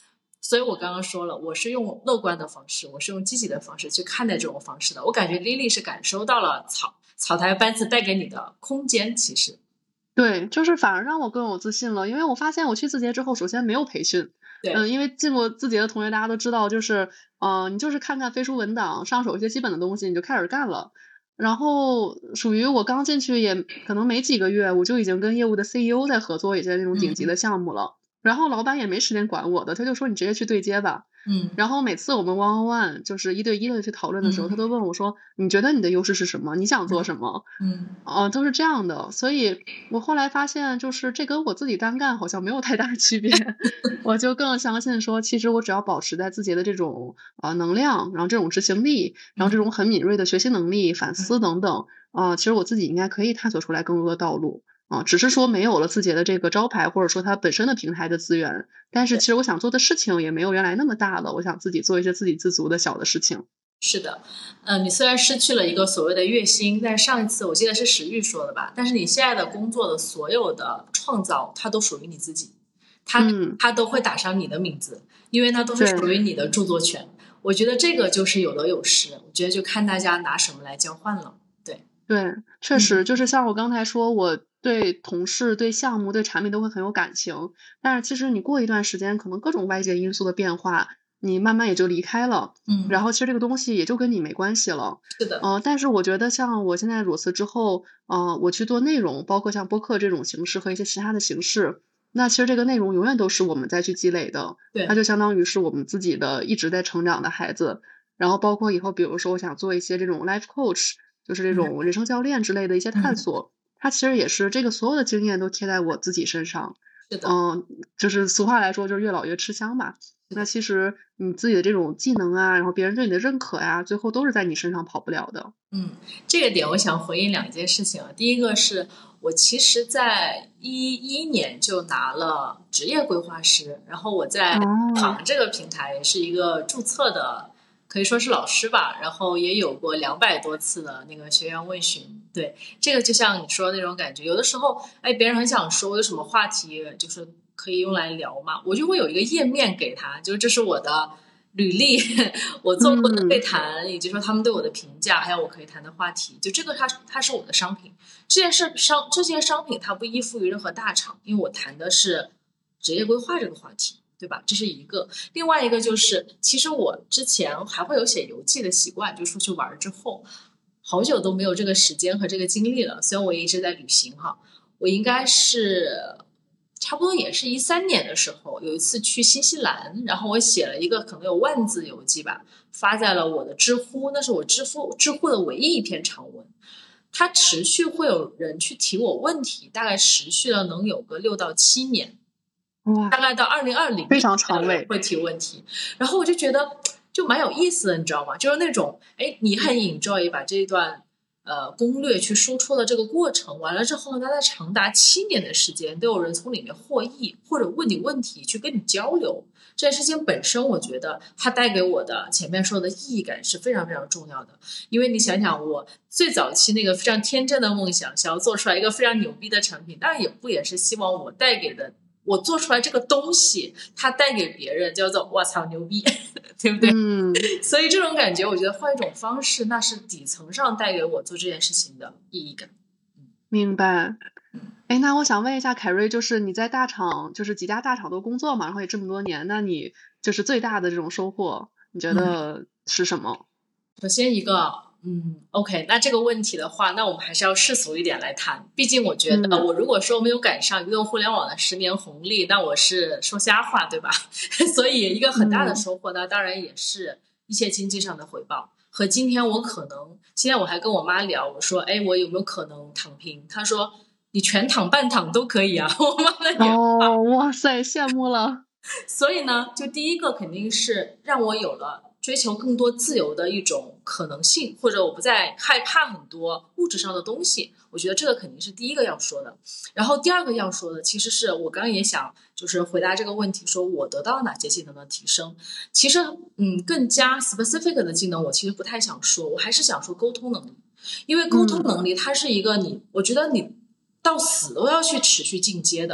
[SPEAKER 2] 所以我刚刚说了，我是用乐观的方式，我是用积极的方式去看待这种方式的。我感觉 Lily 是感受到了草草台班子带给你的空间，其实
[SPEAKER 1] 对，就是反而让我更有自信了，因为我发现我去字节之后，首先没有培训，
[SPEAKER 2] 对，
[SPEAKER 1] 嗯，因为进过字节的同学大家都知道，就是，呃，你就是看看飞书文档，上手一些基本的东西，你就开始干了。然后属于我刚进去也可能没几个月，我就已经跟业务的 C E O 在合作一些那种顶级
[SPEAKER 2] 嗯
[SPEAKER 1] 的项目了。然后老板也没时间管我的，他就说你直接去对接吧。
[SPEAKER 2] 嗯
[SPEAKER 1] 然后每次我们 one on one 就是一对一的去讨论的时候，他
[SPEAKER 2] 嗯
[SPEAKER 1] 都问我说：“你觉得你的优势是什么？你想做什么？”
[SPEAKER 2] 嗯，
[SPEAKER 1] 呃，都是这样的。所以我后来发现，就是这跟我自己单干好像没有太大的区别。我就更相信说，其实我只要保持在字节的这种呃能量，然后这种执行力，然后这种很敏锐的学习能力、反思等等，啊、其实我自己应该可以探索出来更多的道路。啊、只是说没有了字节的这个招牌，或者说它本身的平台的资源，但是
[SPEAKER 2] 对。
[SPEAKER 1] 其实我想做的事情也没有原来那么大了。我想自己做一些自给自足的小的事情。
[SPEAKER 2] 是的，嗯，你虽然失去了一个所谓的月薪，但是上一次我记得是石玉说的吧，但是你现在的工作的所有的创造，它都属于你自己，它
[SPEAKER 1] 嗯，
[SPEAKER 2] 它都会打上你的名字，因为它都是
[SPEAKER 1] 对。
[SPEAKER 2] 属于你的著作权。我觉得这个就是有得有失，我觉得就看大家拿什么来交换了。对，
[SPEAKER 1] 对，确
[SPEAKER 2] 嗯，
[SPEAKER 1] 实就是像我刚才说，我对同事、对项目、对产品都会很有感情，但是其实你过一段时间，可能各种外界因素的变化，你慢慢也就离开了，
[SPEAKER 2] 嗯，
[SPEAKER 1] 然后其实这个东西也就跟你没关系了。
[SPEAKER 2] 是的，
[SPEAKER 1] 呃，但是我觉得像我现在裸辞之后，呃，我去做内容，包括像播客这种形式和一些其他的形式，那其实这个内容永远都是我们再去积累的，它
[SPEAKER 2] 对，
[SPEAKER 1] 就相当于是我们自己的一直在成长的孩子。然后包括以后，比如说我想做一些这种 life coach，就是这
[SPEAKER 2] 嗯
[SPEAKER 1] 种人生教练之类的一些探
[SPEAKER 2] 嗯，
[SPEAKER 1] 索，它其实也是这个所有的经验都贴在我自己身上。
[SPEAKER 2] 是的，
[SPEAKER 1] 嗯，就是俗话来说，就是越老越吃香吧。
[SPEAKER 2] 是的。
[SPEAKER 1] 那其实你自己的这种技能啊，然后别人对你的认可呀，最后都是在你身上跑不了的。
[SPEAKER 2] 嗯，这个点我想回应两件事情啊。第一个是我其实在一一年就拿了职业规划师，然后我在
[SPEAKER 1] 哦，
[SPEAKER 2] 行这个平台也是一个注册的，可以说是老师吧，然后也有过两百多次的那个学员问询。对，这个就像你说的那种感觉，有的时候，哎，别人很想说有什么话题，就是可以用来聊嘛，我就会有一个页面给他，就是这是我的履历，我做过的
[SPEAKER 1] 嗯，
[SPEAKER 2] 对谈，以及说他们对我的评价，还有我可以谈的话题，就这个它它是我的商品。这件事商这件商品它不依附于任何大厂，因为我谈的是职业规划这个话题，对吧？这是一个。另外一个就是，其实我之前还会有写游记的习惯，就出去玩之后，好久都没有这个时间和这个精力了。虽然我也一直在旅行哈，我应该是差不多也是一三年的时候，有一次去新西兰，然后我写了一个可能有万字游记吧，发在了我的知乎，那是我知乎知乎的唯一一篇长文。它持续会有人去提我问题，大概持续了能有个六到七年，大
[SPEAKER 1] 哇，
[SPEAKER 2] 概到二零二零
[SPEAKER 1] 非常
[SPEAKER 2] 年还
[SPEAKER 1] 长尾。
[SPEAKER 2] 有人会提问题，然后我就觉得就蛮有意思的，你知道吗？就是那种哎，你很 enjoy 把这一段呃攻略去输出的这个过程，完了之后，大概长达七年的时间，都有人从里面获益，或者问你问题去跟你交流。这件事情本身，我觉得它带给我的前面说的意义感是非常非常重要的。因为你想想，我最早期那个非常天真的梦想，想要做出来一个非常牛逼的产品，当然也不也是希望我带给的，我做出来这个东西，它带给别人叫做“我操牛逼”，对不对？
[SPEAKER 1] 嗯，
[SPEAKER 2] 所以这种感觉，我觉得换一种方式，那是底层上带给我做这件事情的意义感。
[SPEAKER 1] 明白。哎，那我想问一下凯瑞，就是你在大厂，就是几家大厂都工作嘛，然后也这么多年，那你就是最大的这种收获，你觉
[SPEAKER 2] 嗯，
[SPEAKER 1] 得是什么？
[SPEAKER 2] 首先一个，嗯，OK，那这个问题的话，那我们还是要世俗一点来谈。毕竟我觉得，
[SPEAKER 1] 嗯
[SPEAKER 2] 我如果说没有赶上移动互联网的十年红利，那我是说瞎话，对吧？所以一个很大的
[SPEAKER 1] 嗯，
[SPEAKER 2] 收获呢，当然也是一些经济上的回报。和今天我可能，今天我还跟我妈聊，我说，哎，我有没有可能躺平？她说，你全躺半躺都可以啊。我妈的原
[SPEAKER 1] 哦，哇塞，羡慕了。
[SPEAKER 2] 所以呢，就第一个肯定是让我有了追求更多自由的一种可能性，或者我不再害怕很多物质上的东西。我觉得这个肯定是第一个要说的。然后第二个要说的，其实是我刚刚也想就是回答这个问题，说我得到哪些技能的提升。其实，嗯，更加 specific 的技能，我其实不太想说，我还是想说沟通能力，因为沟通
[SPEAKER 1] 嗯
[SPEAKER 2] 能力它是一个你，我觉得你到死都要去持续进阶的。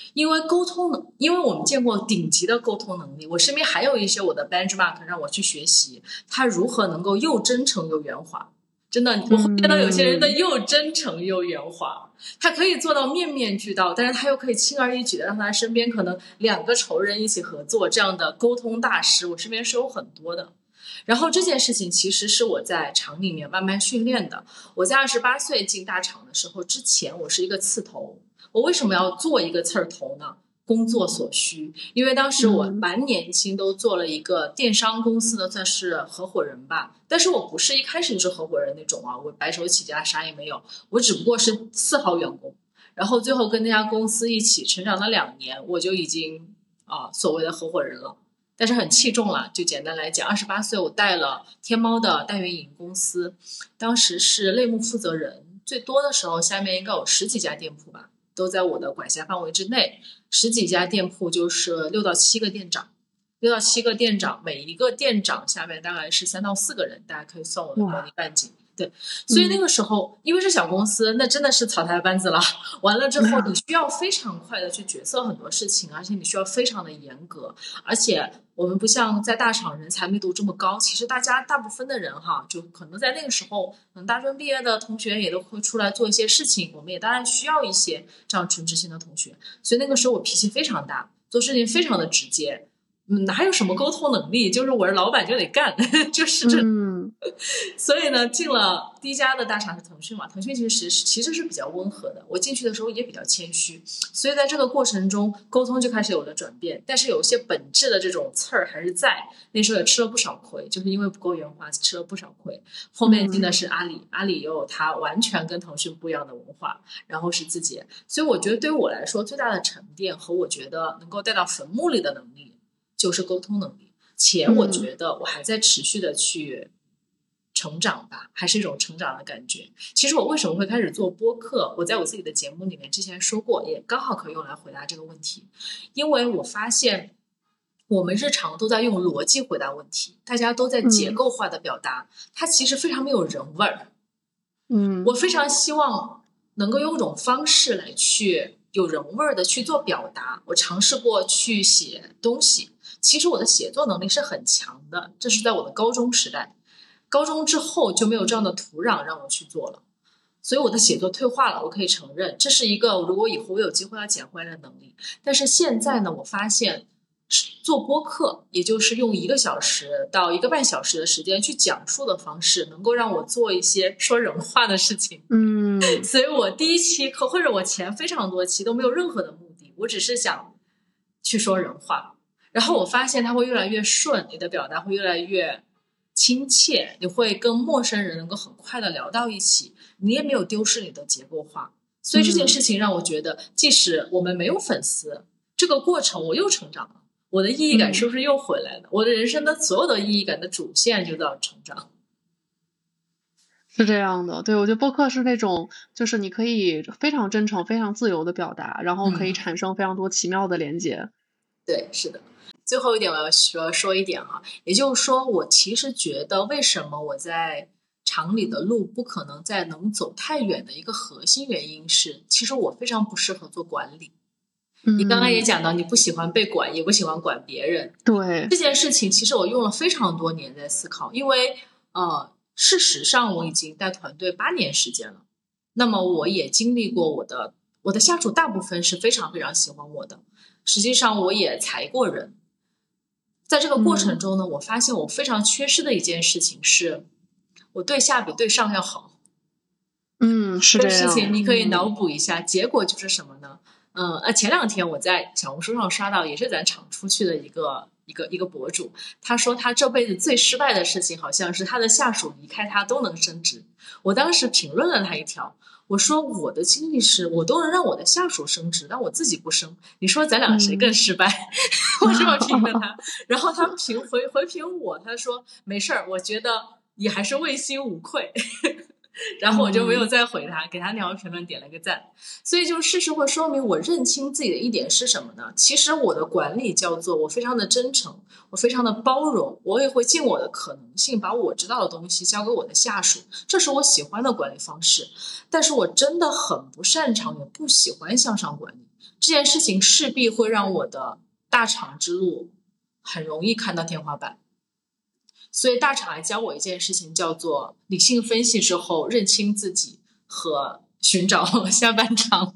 [SPEAKER 2] 因为沟通能，因为我们见过顶级的沟通能力，我身边还有一些我的 benchmark 让我去学习，他如何能够又真诚又圆滑。真的，我会见到有些人的又真诚又圆滑，他可以做到面面俱到，但是他又可以轻而易举的让他身边可能两个仇人一起合作，这样的沟通大师，我身边是有很多的。然后这件事情其实是我在厂里面慢慢训练的。我在二十八岁进大厂的时候，之前我是一个刺头。我为什么要做一个刺儿头呢？工作所需，因为当时我蛮年轻，都做了一个电商公司的算是合伙人吧，但是我不是一开始就是合伙人那种啊，我白手起家啥也没有，我只不过是四号员工，然后最后跟那家公司一起成长了两年，我就已经啊所谓的合伙人了。但是很器重了，就简单来讲，二十八岁我带了天猫的代运营公司，当时是类目负责人，最多的时候下面应该有十几家店铺吧，都在我的管辖范围之内，十几家店铺就是六到七个店长，六到七个店长，每一个店长下面大概是三到四个人，大家可以算我的管理半径。对，所以那个时候、嗯、因为是小公司，那真的是草台班子了。完了之后，你需要非常快的去决策很多事情，而且你需要非常的严格，而且我们不像在大厂人才密度这么高，其实大家大部分的人哈，就可能在那个时候，嗯，大专毕业的同学也都会出来做一些事情，我们也当然需要一些这样纯直性的同学，所以那个时候我脾气非常大，做事情非常的直接。嗯，哪有什么沟通能力？就是我是老板就得干，就是这。嗯，所以呢，进了第一家的大厂是腾讯嘛，腾讯其实其实是比较温和的。我进去的时候也比较谦虚，所以在这个过程中，沟通就开始有了转变。但是有一些本质的这种刺儿还是在。那时候也吃了不少亏，就是因为不够圆滑，吃了不少亏。后面进的是阿里，嗯、阿里也有它完全跟腾讯不一样的文化，然后是字节。所以我觉得对于我来说，最大的沉淀和我觉得能够带到坟墓里的能力。就是沟通能力，且我觉得我还在持续的去成长吧，还是一种成长的感觉。其实我为什么会开始做播客，我在我自己的节目里面之前说过，也刚好可以用来回答这个问题。因为我发现我们日常都在用逻辑回答问题，大家都在结构化的表达，嗯、它其实非常没有人味儿。嗯，我非常希望能够用一种方式来去有人味儿的去做表达。我尝试过去写东西。其实我的写作能力是很强的，这是在我的高中时代，高中之后就没有这样的土壤让我去做了，所以我的写作退化了，我可以承认这是一个如果以后我有机会要捡回来的能力。但是现在呢，我发现做播客，也就是用一个小时到一个半小时的时间去讲述的方式，能够让我做一些说人话的事情。嗯，所以我第一期或者我前非常多期都没有任何的目的，我只是想去说人话。然后我发现它会越来越顺，你的表达会越来越亲切，你会跟陌生人能够很快的聊到一起，你也没有丢失你的结构化。所以这件事情让我觉得，即使我们没有粉丝，这个过程我又成长了，我的意义感是不是又回来了？我的人生的所有的意义感的主线就在成长。
[SPEAKER 1] 是这样的，对，我觉得播客是那种，就是你可以非常真诚、非常自由的表达，然后可以产生非常多奇妙的连接。
[SPEAKER 2] 嗯、对，是的。最后一点我要说说一点啊，也就是说我其实觉得为什么我在厂里的路不可能再能走太远的一个核心原因是，其实我非常不适合做管理。嗯、你刚刚也讲到你不喜欢被管，也不喜欢管别人。
[SPEAKER 1] 对，
[SPEAKER 2] 这件事情其实我用了非常多年在思考，因为呃，事实上我已经带团队八年时间了，那么我也经历过我的我的下属大部分是非常非常喜欢我的，实际上我也裁过人。在这个过程中呢、嗯、我发现我非常缺失的一件事情是我对下比对上要好。
[SPEAKER 1] 嗯，是这样。
[SPEAKER 2] 这个事情你可以脑补一下、嗯、结果就是什么呢？嗯呃，前两天我在小红书上刷到也是咱厂出去的一个一个一个博主，他说他这辈子最失败的事情好像是他的下属离开他都能升职。我当时评论了他一条，我说我的经历是我都能让我的下属升职，但我自己不升，你说咱俩谁更失败？嗯、我这么评论他，然后他评回回评我，他说没事儿，我觉得也还是问心无愧。 然后我就没有再回他，给他那条评论点了个赞。所以就事实会说明我认清自己的一点是什么呢？其实我的管理叫做我非常的真诚，我非常的包容，我也会尽我的可能性把我知道的东西交给我的下属，这是我喜欢的管理方式。但是我真的很不擅长也不喜欢向上管理，这件事情势必会让我的大厂之路很容易看到天花板。所以大厂来教我一件事情，叫做理性分析之后认清自己和寻找下半场。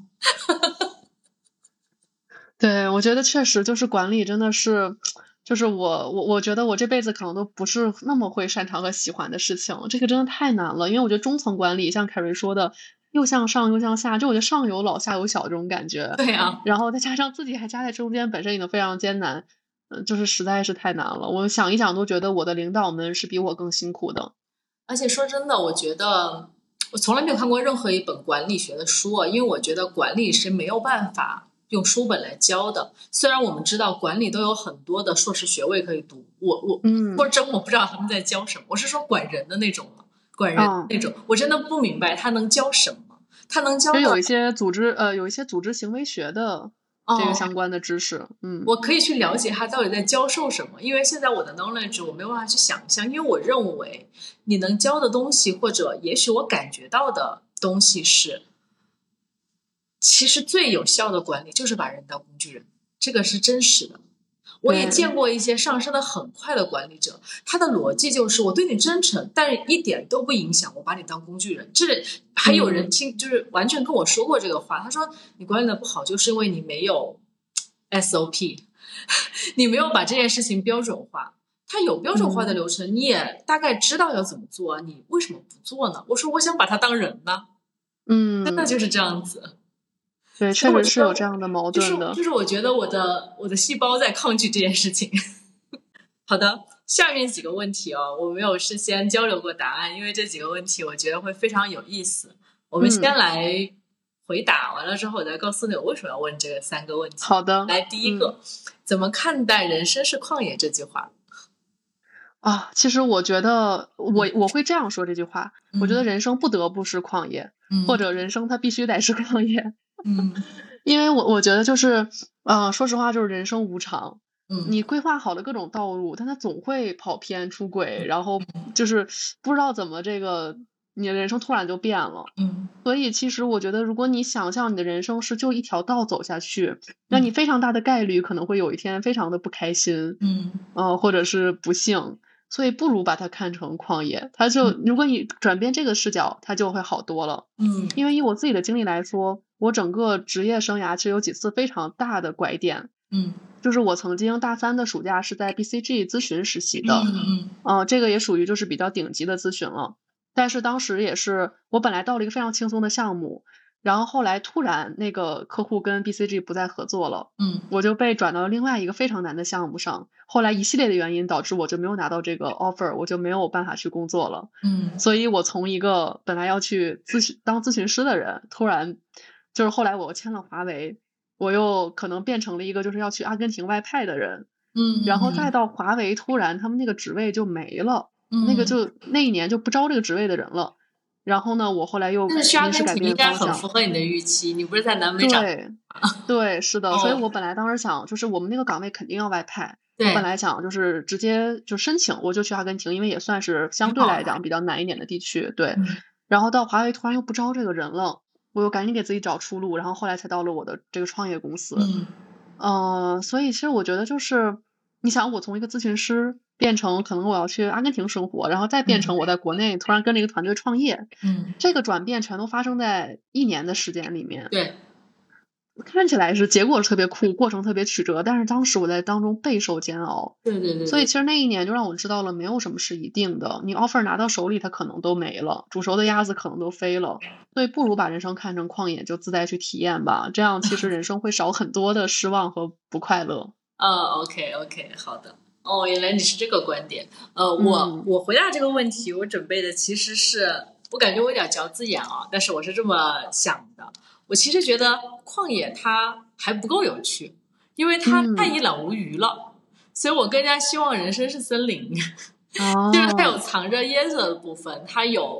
[SPEAKER 1] 对，我觉得确实就是管理真的是，就是我我我觉得我这辈子可能都不是那么会擅长和喜欢的事情，这个真的太难了。因为我觉得中层管理像凯瑞说的，又向上又向下，就我觉得上有老下有小这种感觉。
[SPEAKER 2] 对啊，
[SPEAKER 1] 然后再加上自己还夹在中间，本身已经非常艰难，嗯、就是实在是太难了。我想一想都觉得我的领导们是比我更辛苦的。
[SPEAKER 2] 而且说真的，我觉得我从来没有看过任何一本管理学的书啊，因为我觉得管理是没有办法用书本来教的。虽然我们知道管理都有很多的硕士学位可以读，我我
[SPEAKER 1] 嗯，
[SPEAKER 2] 说真我不知道他们在教什么，我是说管人的那种管人的那种、哦、我真的不明白他能教什么，他能教
[SPEAKER 1] 就有一些组织呃有一些组织行为学的这个相关的知识、哦、嗯，
[SPEAKER 2] 我可以去了解他到底在教授什么，因为现在我的 knowledge 我没有办法去想象，因为我认为你能教的东西或者也许我感觉到的东西是，其实最有效的管理就是把人当工具人，这个是真实的。我也见过一些上升的很快的管理者，他的逻辑就是我对你真诚，但是一点都不影响我把你当工具人。这还有人听、嗯、就是完全跟我说过这个话，他说你管理的不好就是因为你没有 S O P， 你没有把这件事情标准化。他有标准化的流程、嗯、你也大概知道要怎么做，你为什么不做呢？我说我想把他当人呢，嗯，真的就是这样子。
[SPEAKER 1] 对，确实是有这样的矛盾的。
[SPEAKER 2] 就是、就是我觉得我的我的细胞在抗拒这件事情。好的，下面几个问题哦，我没有事先交流过答案，因为这几个问题我觉得会非常有意思。我们先来回答、嗯、完了之后我再告诉你我为什么要问这三个问题。
[SPEAKER 1] 好的，
[SPEAKER 2] 来第一个、嗯、怎么看待人生是旷野这句话
[SPEAKER 1] 啊？其实我觉得我我会这样说这句话、嗯、我觉得人生不得不是旷野、嗯、或者人生它必须得是旷野。
[SPEAKER 2] 嗯，
[SPEAKER 1] 因为我我觉得就是呃说实话就是人生无常，
[SPEAKER 2] 嗯，
[SPEAKER 1] 你规划好了各种道路，但它总会跑偏出轨，然后就是不知道怎么这个你的人生突然就变了。
[SPEAKER 2] 嗯，
[SPEAKER 1] 所以其实我觉得如果你想象你的人生是就一条道走下去，那你非常大的概率可能会有一天非常的不开心，
[SPEAKER 2] 嗯，
[SPEAKER 1] 呃或者是不幸，所以不如把它看成旷野，它就如果你转变这个视角它就会好多了。
[SPEAKER 2] 嗯，
[SPEAKER 1] 因为以我自己的经历来说，我整个职业生涯其实有几次非常大的拐点。
[SPEAKER 2] 嗯，
[SPEAKER 1] 就是我曾经大三的暑假是在 B C G 咨询实习的，
[SPEAKER 2] 嗯嗯，
[SPEAKER 1] 呃，这个也属于就是比较顶级的咨询了。但是当时也是我本来到了一个非常轻松的项目，然后后来突然那个客户跟 B C G 不再合作了，
[SPEAKER 2] 嗯，
[SPEAKER 1] 我就被转到了另外一个非常难的项目上。后来一系列的原因导致我就没有拿到这个 offer， 我就没有办法去工作了。
[SPEAKER 2] 嗯，
[SPEAKER 1] 所以我从一个本来要去咨询当咨询师的人，突然就是后来我签了华为，我又可能变成了一个就是要去阿根廷外派的人，
[SPEAKER 2] 嗯，
[SPEAKER 1] 然后再到华为突然他们那个职位就没了，
[SPEAKER 2] 嗯，
[SPEAKER 1] 那个就那一年就不招这个职位的人了。然后呢我后来又临时改变方向。
[SPEAKER 2] 应该很符合你的预期，你不是在南美长
[SPEAKER 1] 对对是的、哦、所以我本来当时想就是我们那个岗位肯定要外派，我本来想就是直接就申请我就去阿根廷，因为也算是相对来讲比较难一点的地区，对、嗯、然后到华为突然又不招这个人了，我又赶紧给自己找出路，然后后来才到了我的这个创业公司。
[SPEAKER 2] 嗯，
[SPEAKER 1] 呃，所以其实我觉得就是你想我从一个咨询师变成可能我要去阿根廷生活，然后再变成我在国内突然跟着一个团队创业，
[SPEAKER 2] 嗯，
[SPEAKER 1] 这个转变全都发生在一年的时间里面。
[SPEAKER 2] 对，
[SPEAKER 1] 看起来是结果特别酷，过程特别曲折，但是当时我在当中备受煎熬。
[SPEAKER 2] 对对 对, 对，
[SPEAKER 1] 所以其实那一年就让我知道了没有什么是一定的，你 offer 拿到手里它可能都没了，煮熟的鸭子可能都飞了，所以不如把人生看成旷野，就自在去体验吧，这样其实人生会少很多的失望和不快乐。
[SPEAKER 2] 呃 OK OK 好的。哦，原来你是这个观点。呃，我、嗯、我回答这个问题，我准备的其实是，我感觉我有点嚼字眼啊，但是我是这么想的。我其实觉得旷野它还不够有趣，因为它太一览无余了，嗯、所以我更加希望人生是森林，
[SPEAKER 1] 哦、
[SPEAKER 2] 就是它有藏着椰子的部分，它有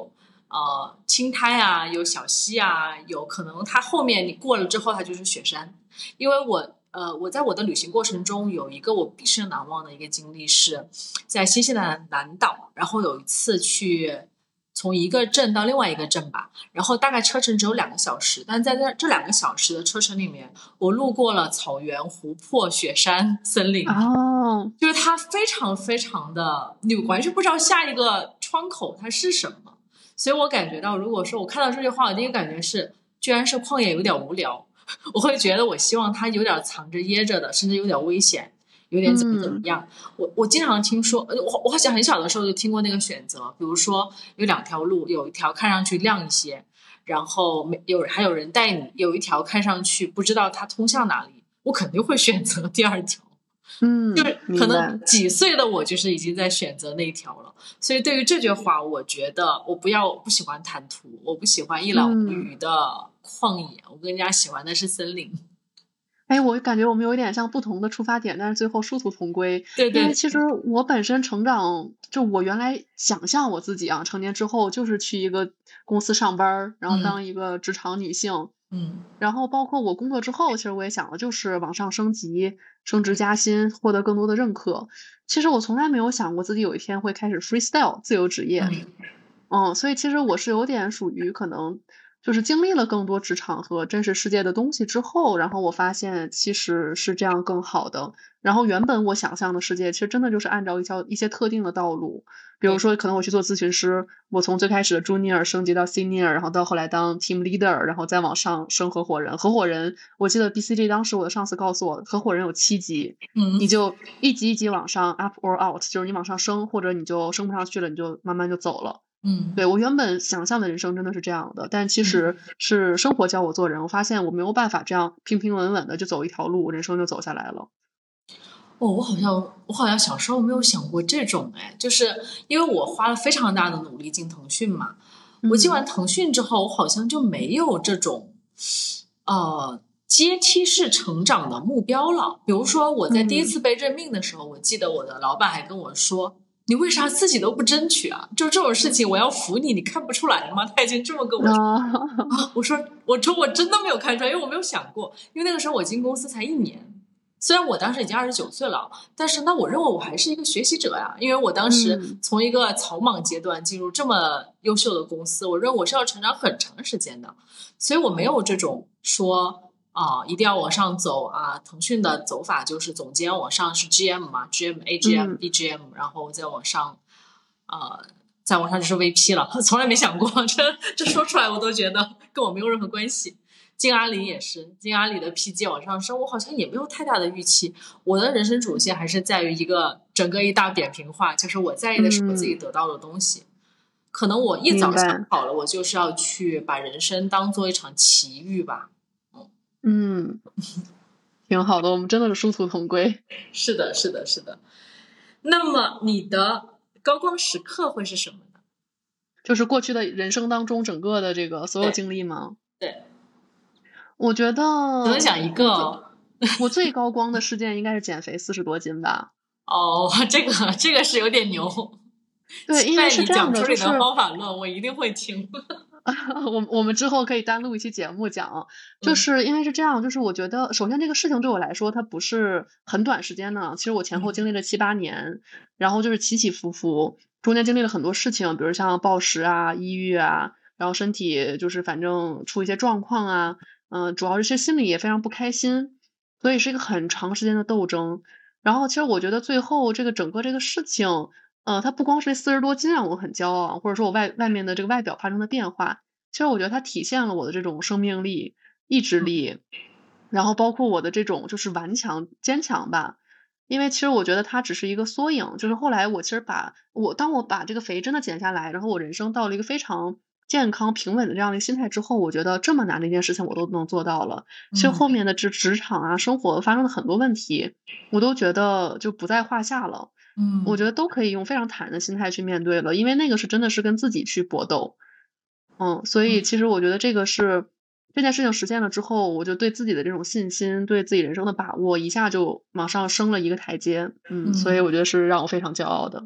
[SPEAKER 2] 呃青苔啊，有小溪啊，有可能它后面你过了之后它就是雪山。因为我呃我在我的旅行过程中有一个我毕生难忘的一个经历，是在新西兰南岛，然后有一次去从一个镇到另外一个镇吧，然后大概车程只有两个小时，但在这这两个小时的车程里面，我路过了草原、湖泊、雪山、森林，
[SPEAKER 1] 哦，
[SPEAKER 2] 就是它非常非常的，你完全不知道下一个窗口它是什么，所以我感觉到，如果说我看到这句话，我第一个感觉是，居然是旷野有点无聊，我会觉得我希望它有点藏着掖着的，甚至有点危险。有点怎么怎么样，嗯、我我经常听说，我我好像很小的时候就听过那个选择，比如说有两条路，有一条看上去亮一些，然后有还有人带你，有一条看上去不知道它通向哪里，我肯定会选择第二条。
[SPEAKER 1] 嗯，
[SPEAKER 2] 就是可能几岁的我就是已经在选择那一条了，所以对于这句话，我觉得我不要，我不喜欢坦途，我不喜欢一览无余的旷野，嗯、我更加喜欢的是森林。
[SPEAKER 1] 哎，我感觉我们有一点像不同的出发点，但是最后殊途同归。
[SPEAKER 2] 对对，
[SPEAKER 1] 因为其实我本身成长，就我原来想象我自己啊，成年之后就是去一个公司上班，然后当一个职场女性。
[SPEAKER 2] 嗯，
[SPEAKER 1] 然后包括我工作之后，其实我也想的就是往上升级、升职加薪，获得更多的认可。其实我从来没有想过自己有一天会开始 freestyle 自由职业。嗯，嗯，所以其实我是有点属于可能。就是经历了更多职场和真实世界的东西之后，然后我发现其实是这样更好的。然后原本我想象的世界，其实真的就是按照一条一些特定的道路，比如说可能我去做咨询师，我从最开始的 junior 升级到 senior， 然后到后来当 team leader， 然后再往上升合伙人。合伙人，我记得 B C G 当时我的上司告诉我，合伙人有七级，嗯，你就一级一级往上 up or out， 就是你往上升，或者你就升不上去了，你就慢慢就走了。嗯，对，我原本想象的人生真的是这样的，但其实是生活教我做人，我发现我没有办法这样平平稳稳的就走一条路，人生就走下来了。
[SPEAKER 2] 哦，我好像我好像小时候没有想过这种，哎，就是因为我花了非常大的努力进腾讯嘛，嗯、我进完腾讯之后，我好像就没有这种呃阶梯式成长的目标了。比如说我在第一次被任命的时候，嗯、我记得我的老板还跟我说。你为啥自己都不争取啊？就这种事情，我要服你，你看不出来吗？他已经这么跟我说。啊、我说，我说我真的没有看出来，因为我没有想过，因为那个时候我进公司才一年，虽然我当时已经二十九岁了，但是那我认为我还是一个学习者呀，因为我当时从一个草莽阶段进入这么优秀的公司，我认为我是要成长很长时间的，所以我没有这种说。啊，一定要往上走啊！腾讯的走法就是总监往上是 G M 嘛 ，G M、A G M、B G M，、嗯、然后再往上，呃，再往上就是 V P 了。从来没想过，这这说出来我都觉得跟我没有任何关系。进阿里也是，进阿里的 P G 往上升，我好像也没有太大的预期。我的人生主线还是在于一个整个一大扁平化，就是我在意的是我自己得到的东西。嗯、可能我一早想好了，我就是要去把人生当做一场奇遇吧。
[SPEAKER 1] 嗯，挺好的，我们真的是殊途同归。
[SPEAKER 2] 是的，是的，是的。那么你的高光时刻会是什么呢？
[SPEAKER 1] 就是过去的人生当中整个的这个所有经历吗？
[SPEAKER 2] 对，对
[SPEAKER 1] 我觉得
[SPEAKER 2] 只能讲一个、哦。
[SPEAKER 1] 我最高光的事件应该是减肥四十多斤吧。
[SPEAKER 2] 哦，这个这个是有点牛。
[SPEAKER 1] 对，因为是这样的，
[SPEAKER 2] 就是你讲出你的方法论，我一定会听。
[SPEAKER 1] 我我们之后可以单录一期节目讲，就是因为是这样，就是我觉得首先这个事情对我来说它不是很短时间的，其实我前后经历了七八年，然后就是起起伏伏，中间经历了很多事情，比如像暴食啊、抑郁啊，然后身体就是反正出一些状况啊，嗯、呃，主要是心里也非常不开心，所以是一个很长时间的斗争。然后其实我觉得最后这个整个这个事情。呃，它不光是四十多斤让我很骄傲，或者说我外外面的这个外表发生的变化，其实我觉得它体现了我的这种生命力、意志力，然后包括我的这种就是顽强、坚强吧。因为其实我觉得它只是一个缩影，就是后来我其实把我当我把这个肥真的减下来，然后我人生到了一个非常健康平稳的这样的一个心态之后，我觉得这么难的一件事情我都能做到了。其实后面的职职场啊、生活发生的很多问题，我都觉得就不在话下了。嗯，我觉得都可以用非常坦然的心态去面对了，因为那个是真的是跟自己去搏斗。嗯，所以其实我觉得这个是这件事情实现了之后，我就对自己的这种信心，对自己人生的把握，一下就往上升了一个台阶。嗯，所以我觉得是让我非常骄傲的。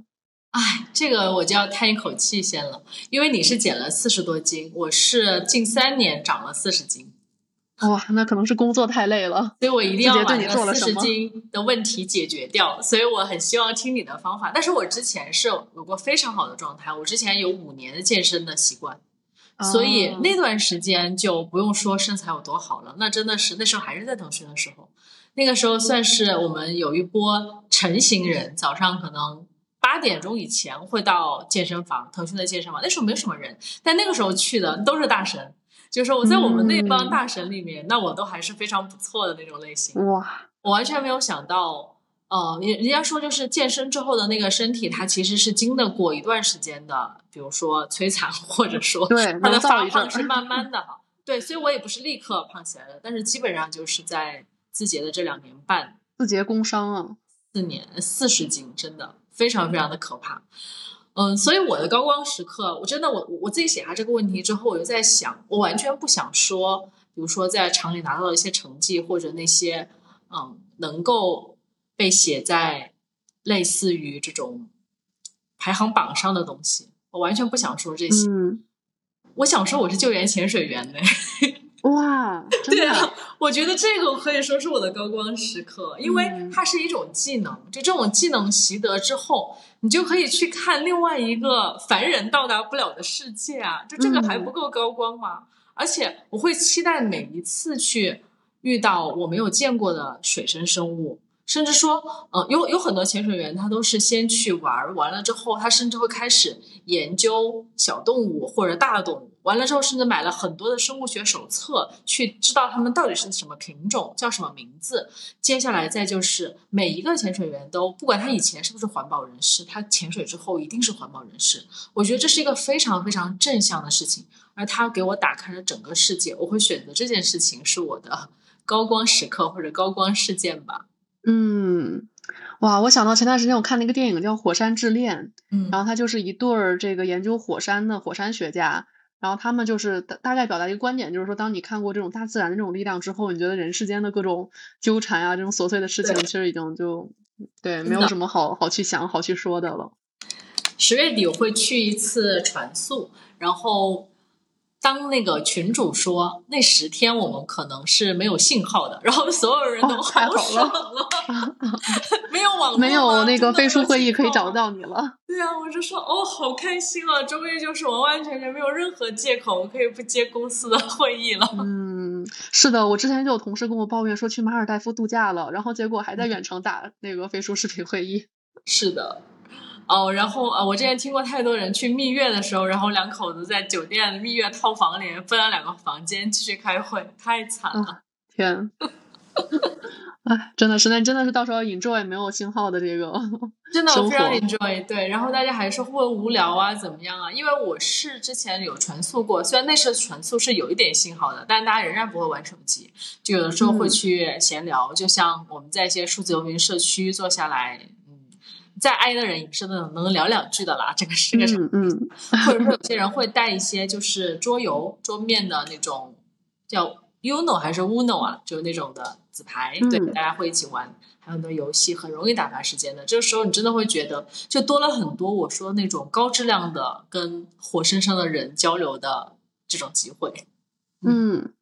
[SPEAKER 2] 哎，这个我就要叹一口气先了，因为你是减了四十多斤，我是近三年长了四十斤。
[SPEAKER 1] 哇，那可能是工作太累了，
[SPEAKER 2] 所以我一定要把
[SPEAKER 1] 这
[SPEAKER 2] 个四十斤的问题解决掉。所以我很希望听你的方法。但是我之前是有过非常好的状态，我之前有五年的健身的习惯，
[SPEAKER 1] 哦、
[SPEAKER 2] 所以那段时间就不用说身材有多好了，那真的是那时候还是在腾讯的时候，那个时候算是我们有一波成型人，早上可能八点钟以前会到健身房，腾讯的健身房，那时候没什么人，但那个时候去的都是大神。就是我在我们那帮大神里面、嗯、那我都还是非常不错的那种类型。
[SPEAKER 1] 哇，
[SPEAKER 2] 我完全没有想到呃，人家说就是健身之后的那个身体它其实是经得过一段时间的，比如说摧残，或者说它的发胖是慢慢的哈。对，所以我也不是立刻胖起来的，但是基本上就是在字节的这两年半，
[SPEAKER 1] 字节工伤啊，
[SPEAKER 2] 四年四十斤，真的非常非常的可怕。嗯，所以我的高光时刻，我真的我我自己写下这个问题之后，我就在想，我完全不想说，比如说在厂里拿到了一些成绩，或者那些嗯能够被写在类似于这种排行榜上的东西，我完全不想说这些。
[SPEAKER 1] 嗯，
[SPEAKER 2] 我想说我是救援潜水员的。
[SPEAKER 1] 哇，真的
[SPEAKER 2] 对啊，我觉得这个可以说是我的高光时刻，因为它是一种技能、嗯、就这种技能习得之后，你就可以去看另外一个凡人到达不了的世界啊，就这个还不够高光吗、嗯、而且我会期待每一次去遇到我没有见过的水生生物，甚至说呃，有有很多潜水员他都是先去玩，完了之后他甚至会开始研究小动物或者大动物，完了之后甚至买了很多的生物学手册，去知道它们到底是什么品种，叫什么名字。接下来再就是每一个潜水员都不管他以前是不是环保人士，他潜水之后一定是环保人士。我觉得这是一个非常非常正向的事情，而他给我打开了整个世界，我会选择这件事情是我的高光时刻或者高光事件吧。
[SPEAKER 1] 嗯，哇，我想到前段时间我看那个电影叫《火山之恋》，
[SPEAKER 2] 嗯，
[SPEAKER 1] 然后它就是一对儿这个研究火山的火山学家，然后他们就是大大概表达一个观点，就是说当你看过这种大自然的这种力量之后，你觉得人世间的各种纠缠啊，这种琐碎的事情其实已经就对没有什么好好去想好去说的了。
[SPEAKER 2] 十月底我会去一次船宿，然后当那个群主说那十天我们可能是没有信号的，然后所有人都好爽了、哦、没有网络，
[SPEAKER 1] 没有那个飞书会议可以找到你了。
[SPEAKER 2] 对啊，我就说哦好开心啊，终于就是完完全全没有任何借口我可以不接公司的会议了。
[SPEAKER 1] 嗯，是的，我之前就有同事跟我抱怨说去马尔代夫度假了，然后结果还在远程打那个飞书视频会议。
[SPEAKER 2] 是的哦，然后呃，我之前听过太多人去蜜月的时候，然后两口子在酒店蜜月套房里分了两个房间继续开会，太惨了。
[SPEAKER 1] 哦、天，哎，真的是，那真的是到时候 enjoy 没有信号的这个
[SPEAKER 2] 真的我非常 enjoy。对，然后大家还说会不会无聊啊，怎么样啊？因为我是之前有传速过，虽然那次传速是有一点信号的，但大家仍然不会玩手机，就有的时候会去闲聊，嗯、就像我们在一些数字游民社区坐下来。再挨的人也是那种能聊两句的啦，这个是个什么？
[SPEAKER 1] 嗯嗯，
[SPEAKER 2] 或者说有些人会带一些就是桌游桌面的那种叫 Uno 还是 Uno 啊，就是那种的纸牌，对，
[SPEAKER 1] 嗯、
[SPEAKER 2] 大家会一起玩，还有很多游戏很容易打发时间的。这个时候你真的会觉得就多了很多我说那种高质量的跟活生生的人交流的这种机会。
[SPEAKER 1] 嗯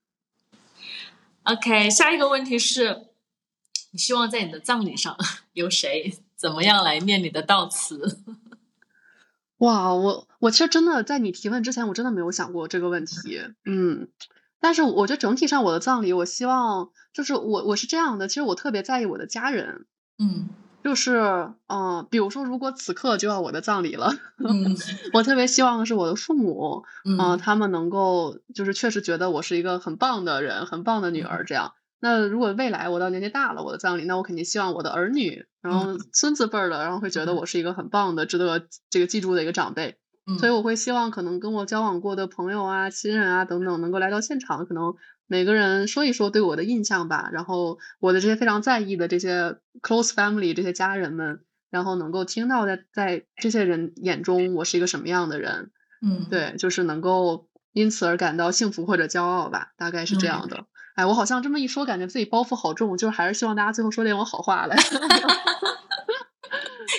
[SPEAKER 2] ，OK， 下一个问题是，你希望在你的葬礼上有谁？怎么样来念你的悼词？
[SPEAKER 1] 哇，我我其实真的在你提问之前，我真的没有想过这个问题。嗯，但是我觉得整体上我的葬礼，我希望就是我我是这样的，其实我特别在意我的家人。
[SPEAKER 2] 嗯，
[SPEAKER 1] 就是嗯、呃，比如说如果此刻就要我的葬礼了，
[SPEAKER 2] 嗯，
[SPEAKER 1] 我特别希望的是我的父母，
[SPEAKER 2] 嗯、
[SPEAKER 1] 呃，他们能够就是确实觉得我是一个很棒的人，很棒的女儿这样。那如果未来我到年纪大了，我的葬礼，那我肯定希望我的儿女，然后孙子辈儿的，然后会觉得我是一个很棒的、值得这个记住的一个长辈。所以我会希望可能跟我交往过的朋友啊、亲人啊等等能够来到现场，可能每个人说一说对我的印象吧。然后我的这些非常在意的这些 close family 这些家人们，然后能够听到在在这些人眼中我是一个什么样的人。
[SPEAKER 2] 嗯，
[SPEAKER 1] 对，就是能够因此而感到幸福或者骄傲吧，大概是这样的。嗯，哎，我好像这么一说，感觉自己包袱好重，就是还是希望大家最后说点我好话来。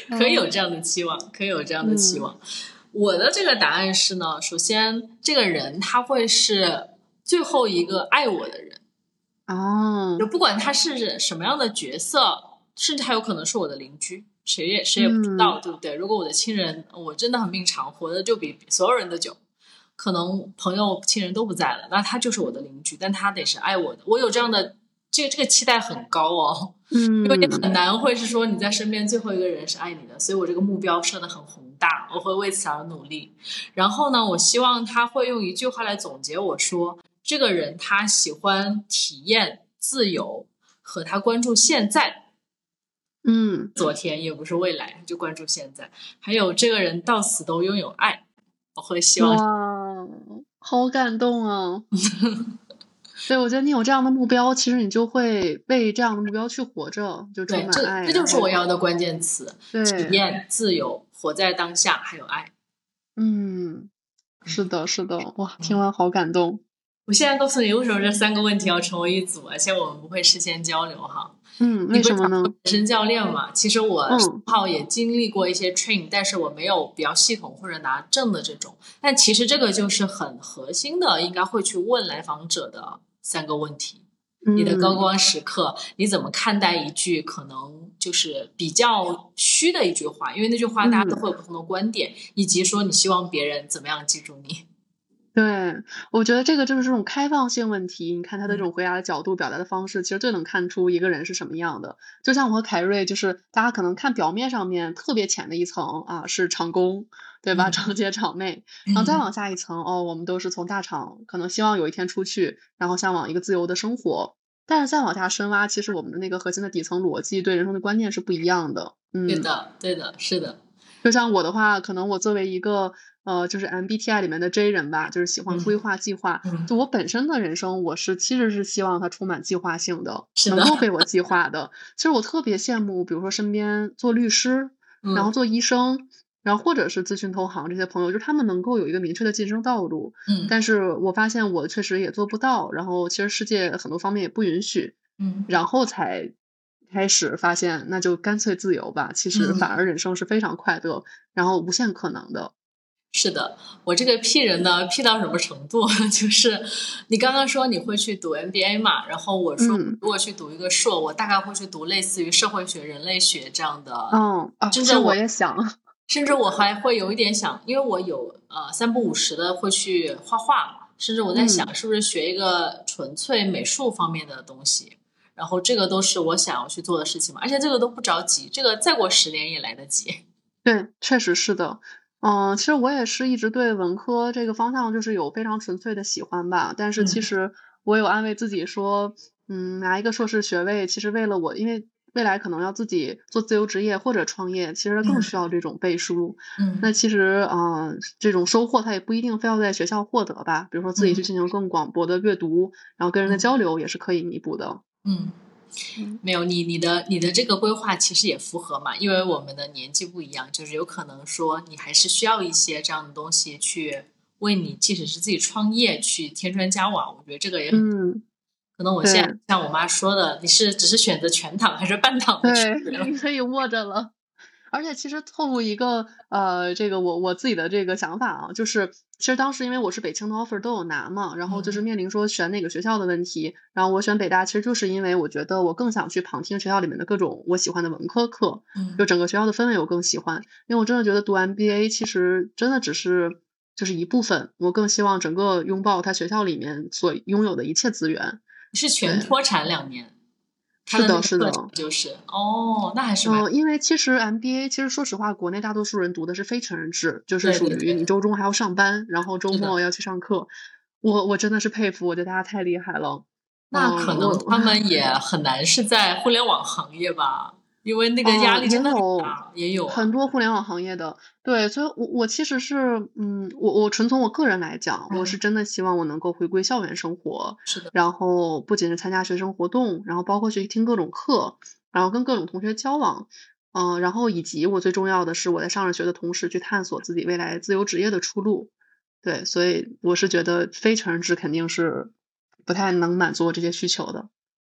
[SPEAKER 2] 可以有这样的期望，可以有这样的期望。我的这个答案是呢，首先这个人他会是最后一个爱我的人，
[SPEAKER 1] 哦，
[SPEAKER 2] 就不管他是什么样的角色，甚至还有可能是我的邻居，谁也谁也不知道，
[SPEAKER 1] 嗯
[SPEAKER 2] 对不对？如果我的亲人我真的很命长，活的就比所有人的久，可能朋友亲人都不在了，那他就是我的邻居，但他得是爱我的。我有这样的这个这个期待很高哦，因为
[SPEAKER 1] 嗯
[SPEAKER 2] 很难会是说你在身边最后一个人是爱你的，所以我这个目标设得很宏大，我会为此而努力。然后呢，我希望他会用一句话来总结我说，这个人他喜欢体验自由和他关注现在，
[SPEAKER 1] 嗯，
[SPEAKER 2] 昨天也不是未来，就关注现在。还有这个人到死都拥有爱，我会希望。
[SPEAKER 1] 哇，好感动啊！对，我觉得你有这样的目标，其实你就会为这样的目标去活着，就充
[SPEAKER 2] 对，这
[SPEAKER 1] 满爱。
[SPEAKER 2] 这就是
[SPEAKER 1] 然后
[SPEAKER 2] 我要的关键词：体
[SPEAKER 1] 对，
[SPEAKER 2] 验、自由、活在当下，还有爱。
[SPEAKER 1] 嗯，是的，是的，哇，听
[SPEAKER 2] 嗯
[SPEAKER 1] 完好感动。
[SPEAKER 2] 我现在告诉你，为什么这三个问题要成为一组，而且我们不会事先交流哈。
[SPEAKER 1] 嗯，为
[SPEAKER 2] 你不是想做
[SPEAKER 1] 什么呢？
[SPEAKER 2] 人生教练嘛？其实我
[SPEAKER 1] 嗯
[SPEAKER 2] 号也经历过一些 train，但是我没有比较系统或者拿证的这种。但其实这个就是很核心的，应该会去问来访者的三个问题。你的高
[SPEAKER 1] 嗯
[SPEAKER 2] 光时刻，你怎么看待一句可能就是比较虚的一句话？因为那句话大家都
[SPEAKER 1] 嗯。
[SPEAKER 2] 会有不同的观点，以及说你希望别人怎么样记住你。
[SPEAKER 1] 对，我觉得这个就是这种开放性问题，你看他的这
[SPEAKER 2] 嗯
[SPEAKER 1] 种回答的角度、表达的方式，其实最能看出一个人是什么样的。就像我和凯瑞，就是大家可能看表面上面特别浅的一层啊，是厂工，对吧？
[SPEAKER 2] 嗯
[SPEAKER 1] 厂姐厂妹，然后再
[SPEAKER 2] 嗯
[SPEAKER 1] 往下一层，哦，我们都是从大厂，可能希望有一天出去，然后向往一个自由的生活。但是再往下深挖，其实我们的那个核心的底层逻辑，对人生的观念是不一样的。嗯。
[SPEAKER 2] 对的，对的，是的。
[SPEAKER 1] 就像我的话，可能我作为一个呃，就是 M B T I 里面的 J 人吧，就是喜欢规
[SPEAKER 2] 嗯
[SPEAKER 1] 划计划。
[SPEAKER 2] 嗯，
[SPEAKER 1] 就我本身的人生，我是其实是希望它充满计划性的，
[SPEAKER 2] 是的。
[SPEAKER 1] 能够被我计划的。其实我特别羡慕，比如说身边做律师，然后
[SPEAKER 2] 嗯
[SPEAKER 1] 做医生，然后或者是咨询投行这些朋友，就是他们能够有一个明确的晋升道路。
[SPEAKER 2] 嗯
[SPEAKER 1] 但是我发现我确实也做不到，然后其实世界很多方面也不允许，
[SPEAKER 2] 嗯
[SPEAKER 1] 然后才开始发现，那就干脆自由吧。其实
[SPEAKER 2] 嗯，
[SPEAKER 1] 反而人生是非常快乐，然后无限可能的。
[SPEAKER 2] 是的。我这个 P 人呢，P 到什么程度？就是你刚刚说你会去读 M B A 嘛，然后我说
[SPEAKER 1] 嗯，
[SPEAKER 2] 如果去读一个硕，我大概会去读类似于社会学、人类学这样的。
[SPEAKER 1] 嗯，啊，其实我
[SPEAKER 2] 真的我
[SPEAKER 1] 也想，
[SPEAKER 2] 甚至我还会有一点想，因为我有呃三不五时的会去画画，甚至我在想
[SPEAKER 1] 嗯，
[SPEAKER 2] 是不是学一个纯粹美术方面的东西，然后这个都是我想要去做的事情嘛，而且这个都不着急，这个再过十年也来得及。
[SPEAKER 1] 对，确实是的。嗯，其实我也是一直对文科这个方向就是有非常纯粹的喜欢吧，但是其
[SPEAKER 2] 嗯
[SPEAKER 1] 实我有安慰自己说，嗯，拿一个硕士学位，其实为了我因为未来可能要自己做自由职业或者创业，其实更
[SPEAKER 2] 嗯
[SPEAKER 1] 需要这种背书。那
[SPEAKER 2] 嗯
[SPEAKER 1] 其实，嗯，这种收获它也不一定非要在学校获得吧，比如说自己去
[SPEAKER 2] 嗯
[SPEAKER 1] 进行更广博的阅读，然后跟人的
[SPEAKER 2] 嗯
[SPEAKER 1] 交流也是可以弥补的。
[SPEAKER 2] 嗯。
[SPEAKER 1] 嗯，
[SPEAKER 2] 没有你，你的你的这个规划其实也符合嘛，因为我们的年纪不一样，就是有可能说你还是需要一些这样的东西去为你，即使是自己创业去添砖加瓦。我觉得这个也很
[SPEAKER 1] 嗯，
[SPEAKER 2] 可能。我现在
[SPEAKER 1] 对。
[SPEAKER 2] 像我妈说的，你是只是选择全躺还是半躺的区
[SPEAKER 1] 对，
[SPEAKER 2] 别了？
[SPEAKER 1] 你可以握着了。而且其实透露一个，呃，这个我我自己的这个想法啊，就是其实当时因为我是北清的 offer 都有拿嘛，然后就是
[SPEAKER 2] 嗯
[SPEAKER 1] 面临说选哪个学校的问题，然后我选北大，其实就是因为我觉得我更想去旁听学校里面的各种我喜欢的文科课，就
[SPEAKER 2] 嗯
[SPEAKER 1] 整个学校的氛围我更喜欢。因为我真的觉得读 M B A 其实真的只是就是一部分，我更希望整个拥抱它学校里面所拥有的一切资源。
[SPEAKER 2] 你是全
[SPEAKER 1] 对，
[SPEAKER 2] 脱产两年，他
[SPEAKER 1] 是的，
[SPEAKER 2] 的那个课
[SPEAKER 1] 是的。
[SPEAKER 2] 程就是哦，那还是蛮
[SPEAKER 1] 嗯，因为其实 M B A 其实说实话，国内大多数人读的是非成人制，就是
[SPEAKER 2] 对
[SPEAKER 1] 属于你
[SPEAKER 2] 对对，
[SPEAKER 1] 周中还要上班，然后周
[SPEAKER 2] 是的。
[SPEAKER 1] 末要去上课。我我真的是佩服，我觉得大家太厉害了。
[SPEAKER 2] 那可
[SPEAKER 1] 嗯，
[SPEAKER 2] 能
[SPEAKER 1] 我
[SPEAKER 2] 他们也很难是在互联网行业吧，因为那个压
[SPEAKER 1] 哦，也
[SPEAKER 2] 力真的很
[SPEAKER 1] 有
[SPEAKER 2] 大，也有
[SPEAKER 1] 很
[SPEAKER 2] 啊。
[SPEAKER 1] 多互联网行业的，对，所以我我其实是，嗯，我我纯从我个人来讲，我是
[SPEAKER 2] 嗯，
[SPEAKER 1] 真的希望我能够回归校园生活，
[SPEAKER 2] 是的。
[SPEAKER 1] 然后不仅是参加学生活动，然后包括去听各种课，然后跟各种同学交往，嗯、然后以及我最重要的是我在上着学的同时去探索自己未来自由职业的出路。对，所以我是觉得非成人制肯定是不太能满足我这些需求的。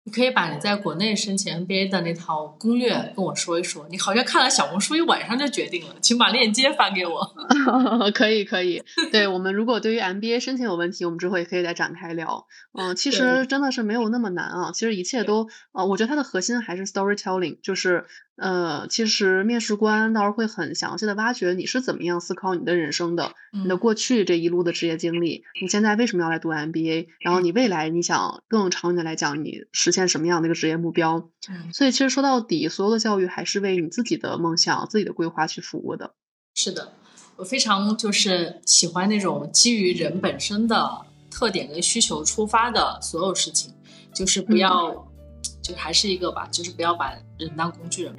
[SPEAKER 2] 你可以把你在国内申请 M B A 的那套攻略跟我说一说。你好像看了小红书一晚上就决定了，请把链接发给我。
[SPEAKER 1] 可以可以，对，我们如果对于 M B A 申请有问题，我们之后也可以再展开聊。嗯、呃，其实真的是没有那么难啊。其实一切都，呃，我觉得它的核心还是 storytelling，就是呃，其实面试官到时候会很详细的挖掘你是怎么样思考你的人生的，
[SPEAKER 2] 嗯、
[SPEAKER 1] 你的过去这一路的职业经历，你现在为什么要来读 M B A， 然后你未来你想更长远的来讲，你实现什么样的一个职业目标。
[SPEAKER 2] 嗯，
[SPEAKER 1] 所以其实说到底，所有的教育还是为你自己的梦想、自己的规划去服务的。
[SPEAKER 2] 是的。我非常就是喜欢那种基于人本身的特点跟需求出发的所有事情，就是不要、嗯、就还是一个吧，就是不要把人当工具人。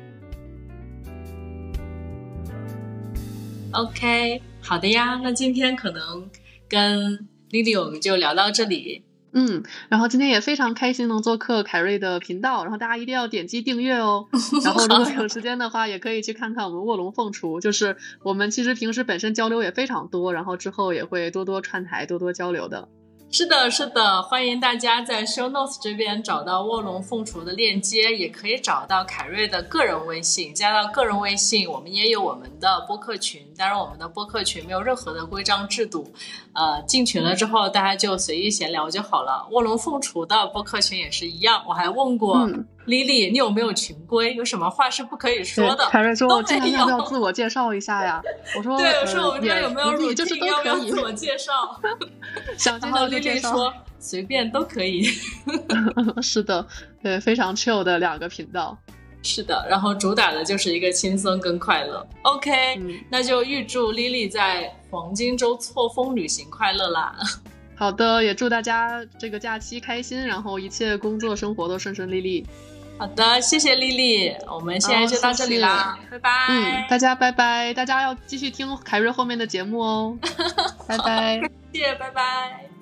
[SPEAKER 2] OK， 好的呀，那今天可能跟 Lily 我们就聊到这里。
[SPEAKER 1] 嗯，然后今天也非常开心能做客凯瑞的频道，然后大家一定要点击订阅哦。然后如果有时间的话，也可以去看看我们卧龙凤雏，就是我们其实平时本身交流也非常多，然后之后也会多多串台，多多交流的。
[SPEAKER 2] 是的，是的，欢迎大家在 show notes 这边找到卧龙凤雏的链接，也可以找到凯瑞的个人微信，加到个人微信，我们也有我们的播客群。当然我们的播客群没有任何的规章制度，呃，进群了之后大家就随意闲聊就好了。卧龙凤雏的播客群也是一样，我还问过、嗯、Lily 你有没有群规，有什么话是不可以说的。
[SPEAKER 1] 凯瑞说我今天要不要自我介绍一下呀？我说
[SPEAKER 2] 对，我说我们这边有没有
[SPEAKER 1] 乳就是都可以
[SPEAKER 2] 要不要自我介绍
[SPEAKER 1] 想介绍就介绍，
[SPEAKER 2] 说随便都可以
[SPEAKER 1] 是的，对，非常 chill 的两个频道。
[SPEAKER 2] 是的，然后主打的就是一个轻松跟快乐。 OK、嗯、那就预祝 Lily 在黄金周错峰旅行快乐啦。
[SPEAKER 1] 好的，也祝大家这个假期开心，然后一切工作生活都顺顺利利。
[SPEAKER 2] 好的，谢谢丽丽，我们现在就到这里啦、哦、拜拜。
[SPEAKER 1] 嗯，大家拜拜，大家要继续听凯瑞后面的节目哦拜拜
[SPEAKER 2] 谢谢，拜拜。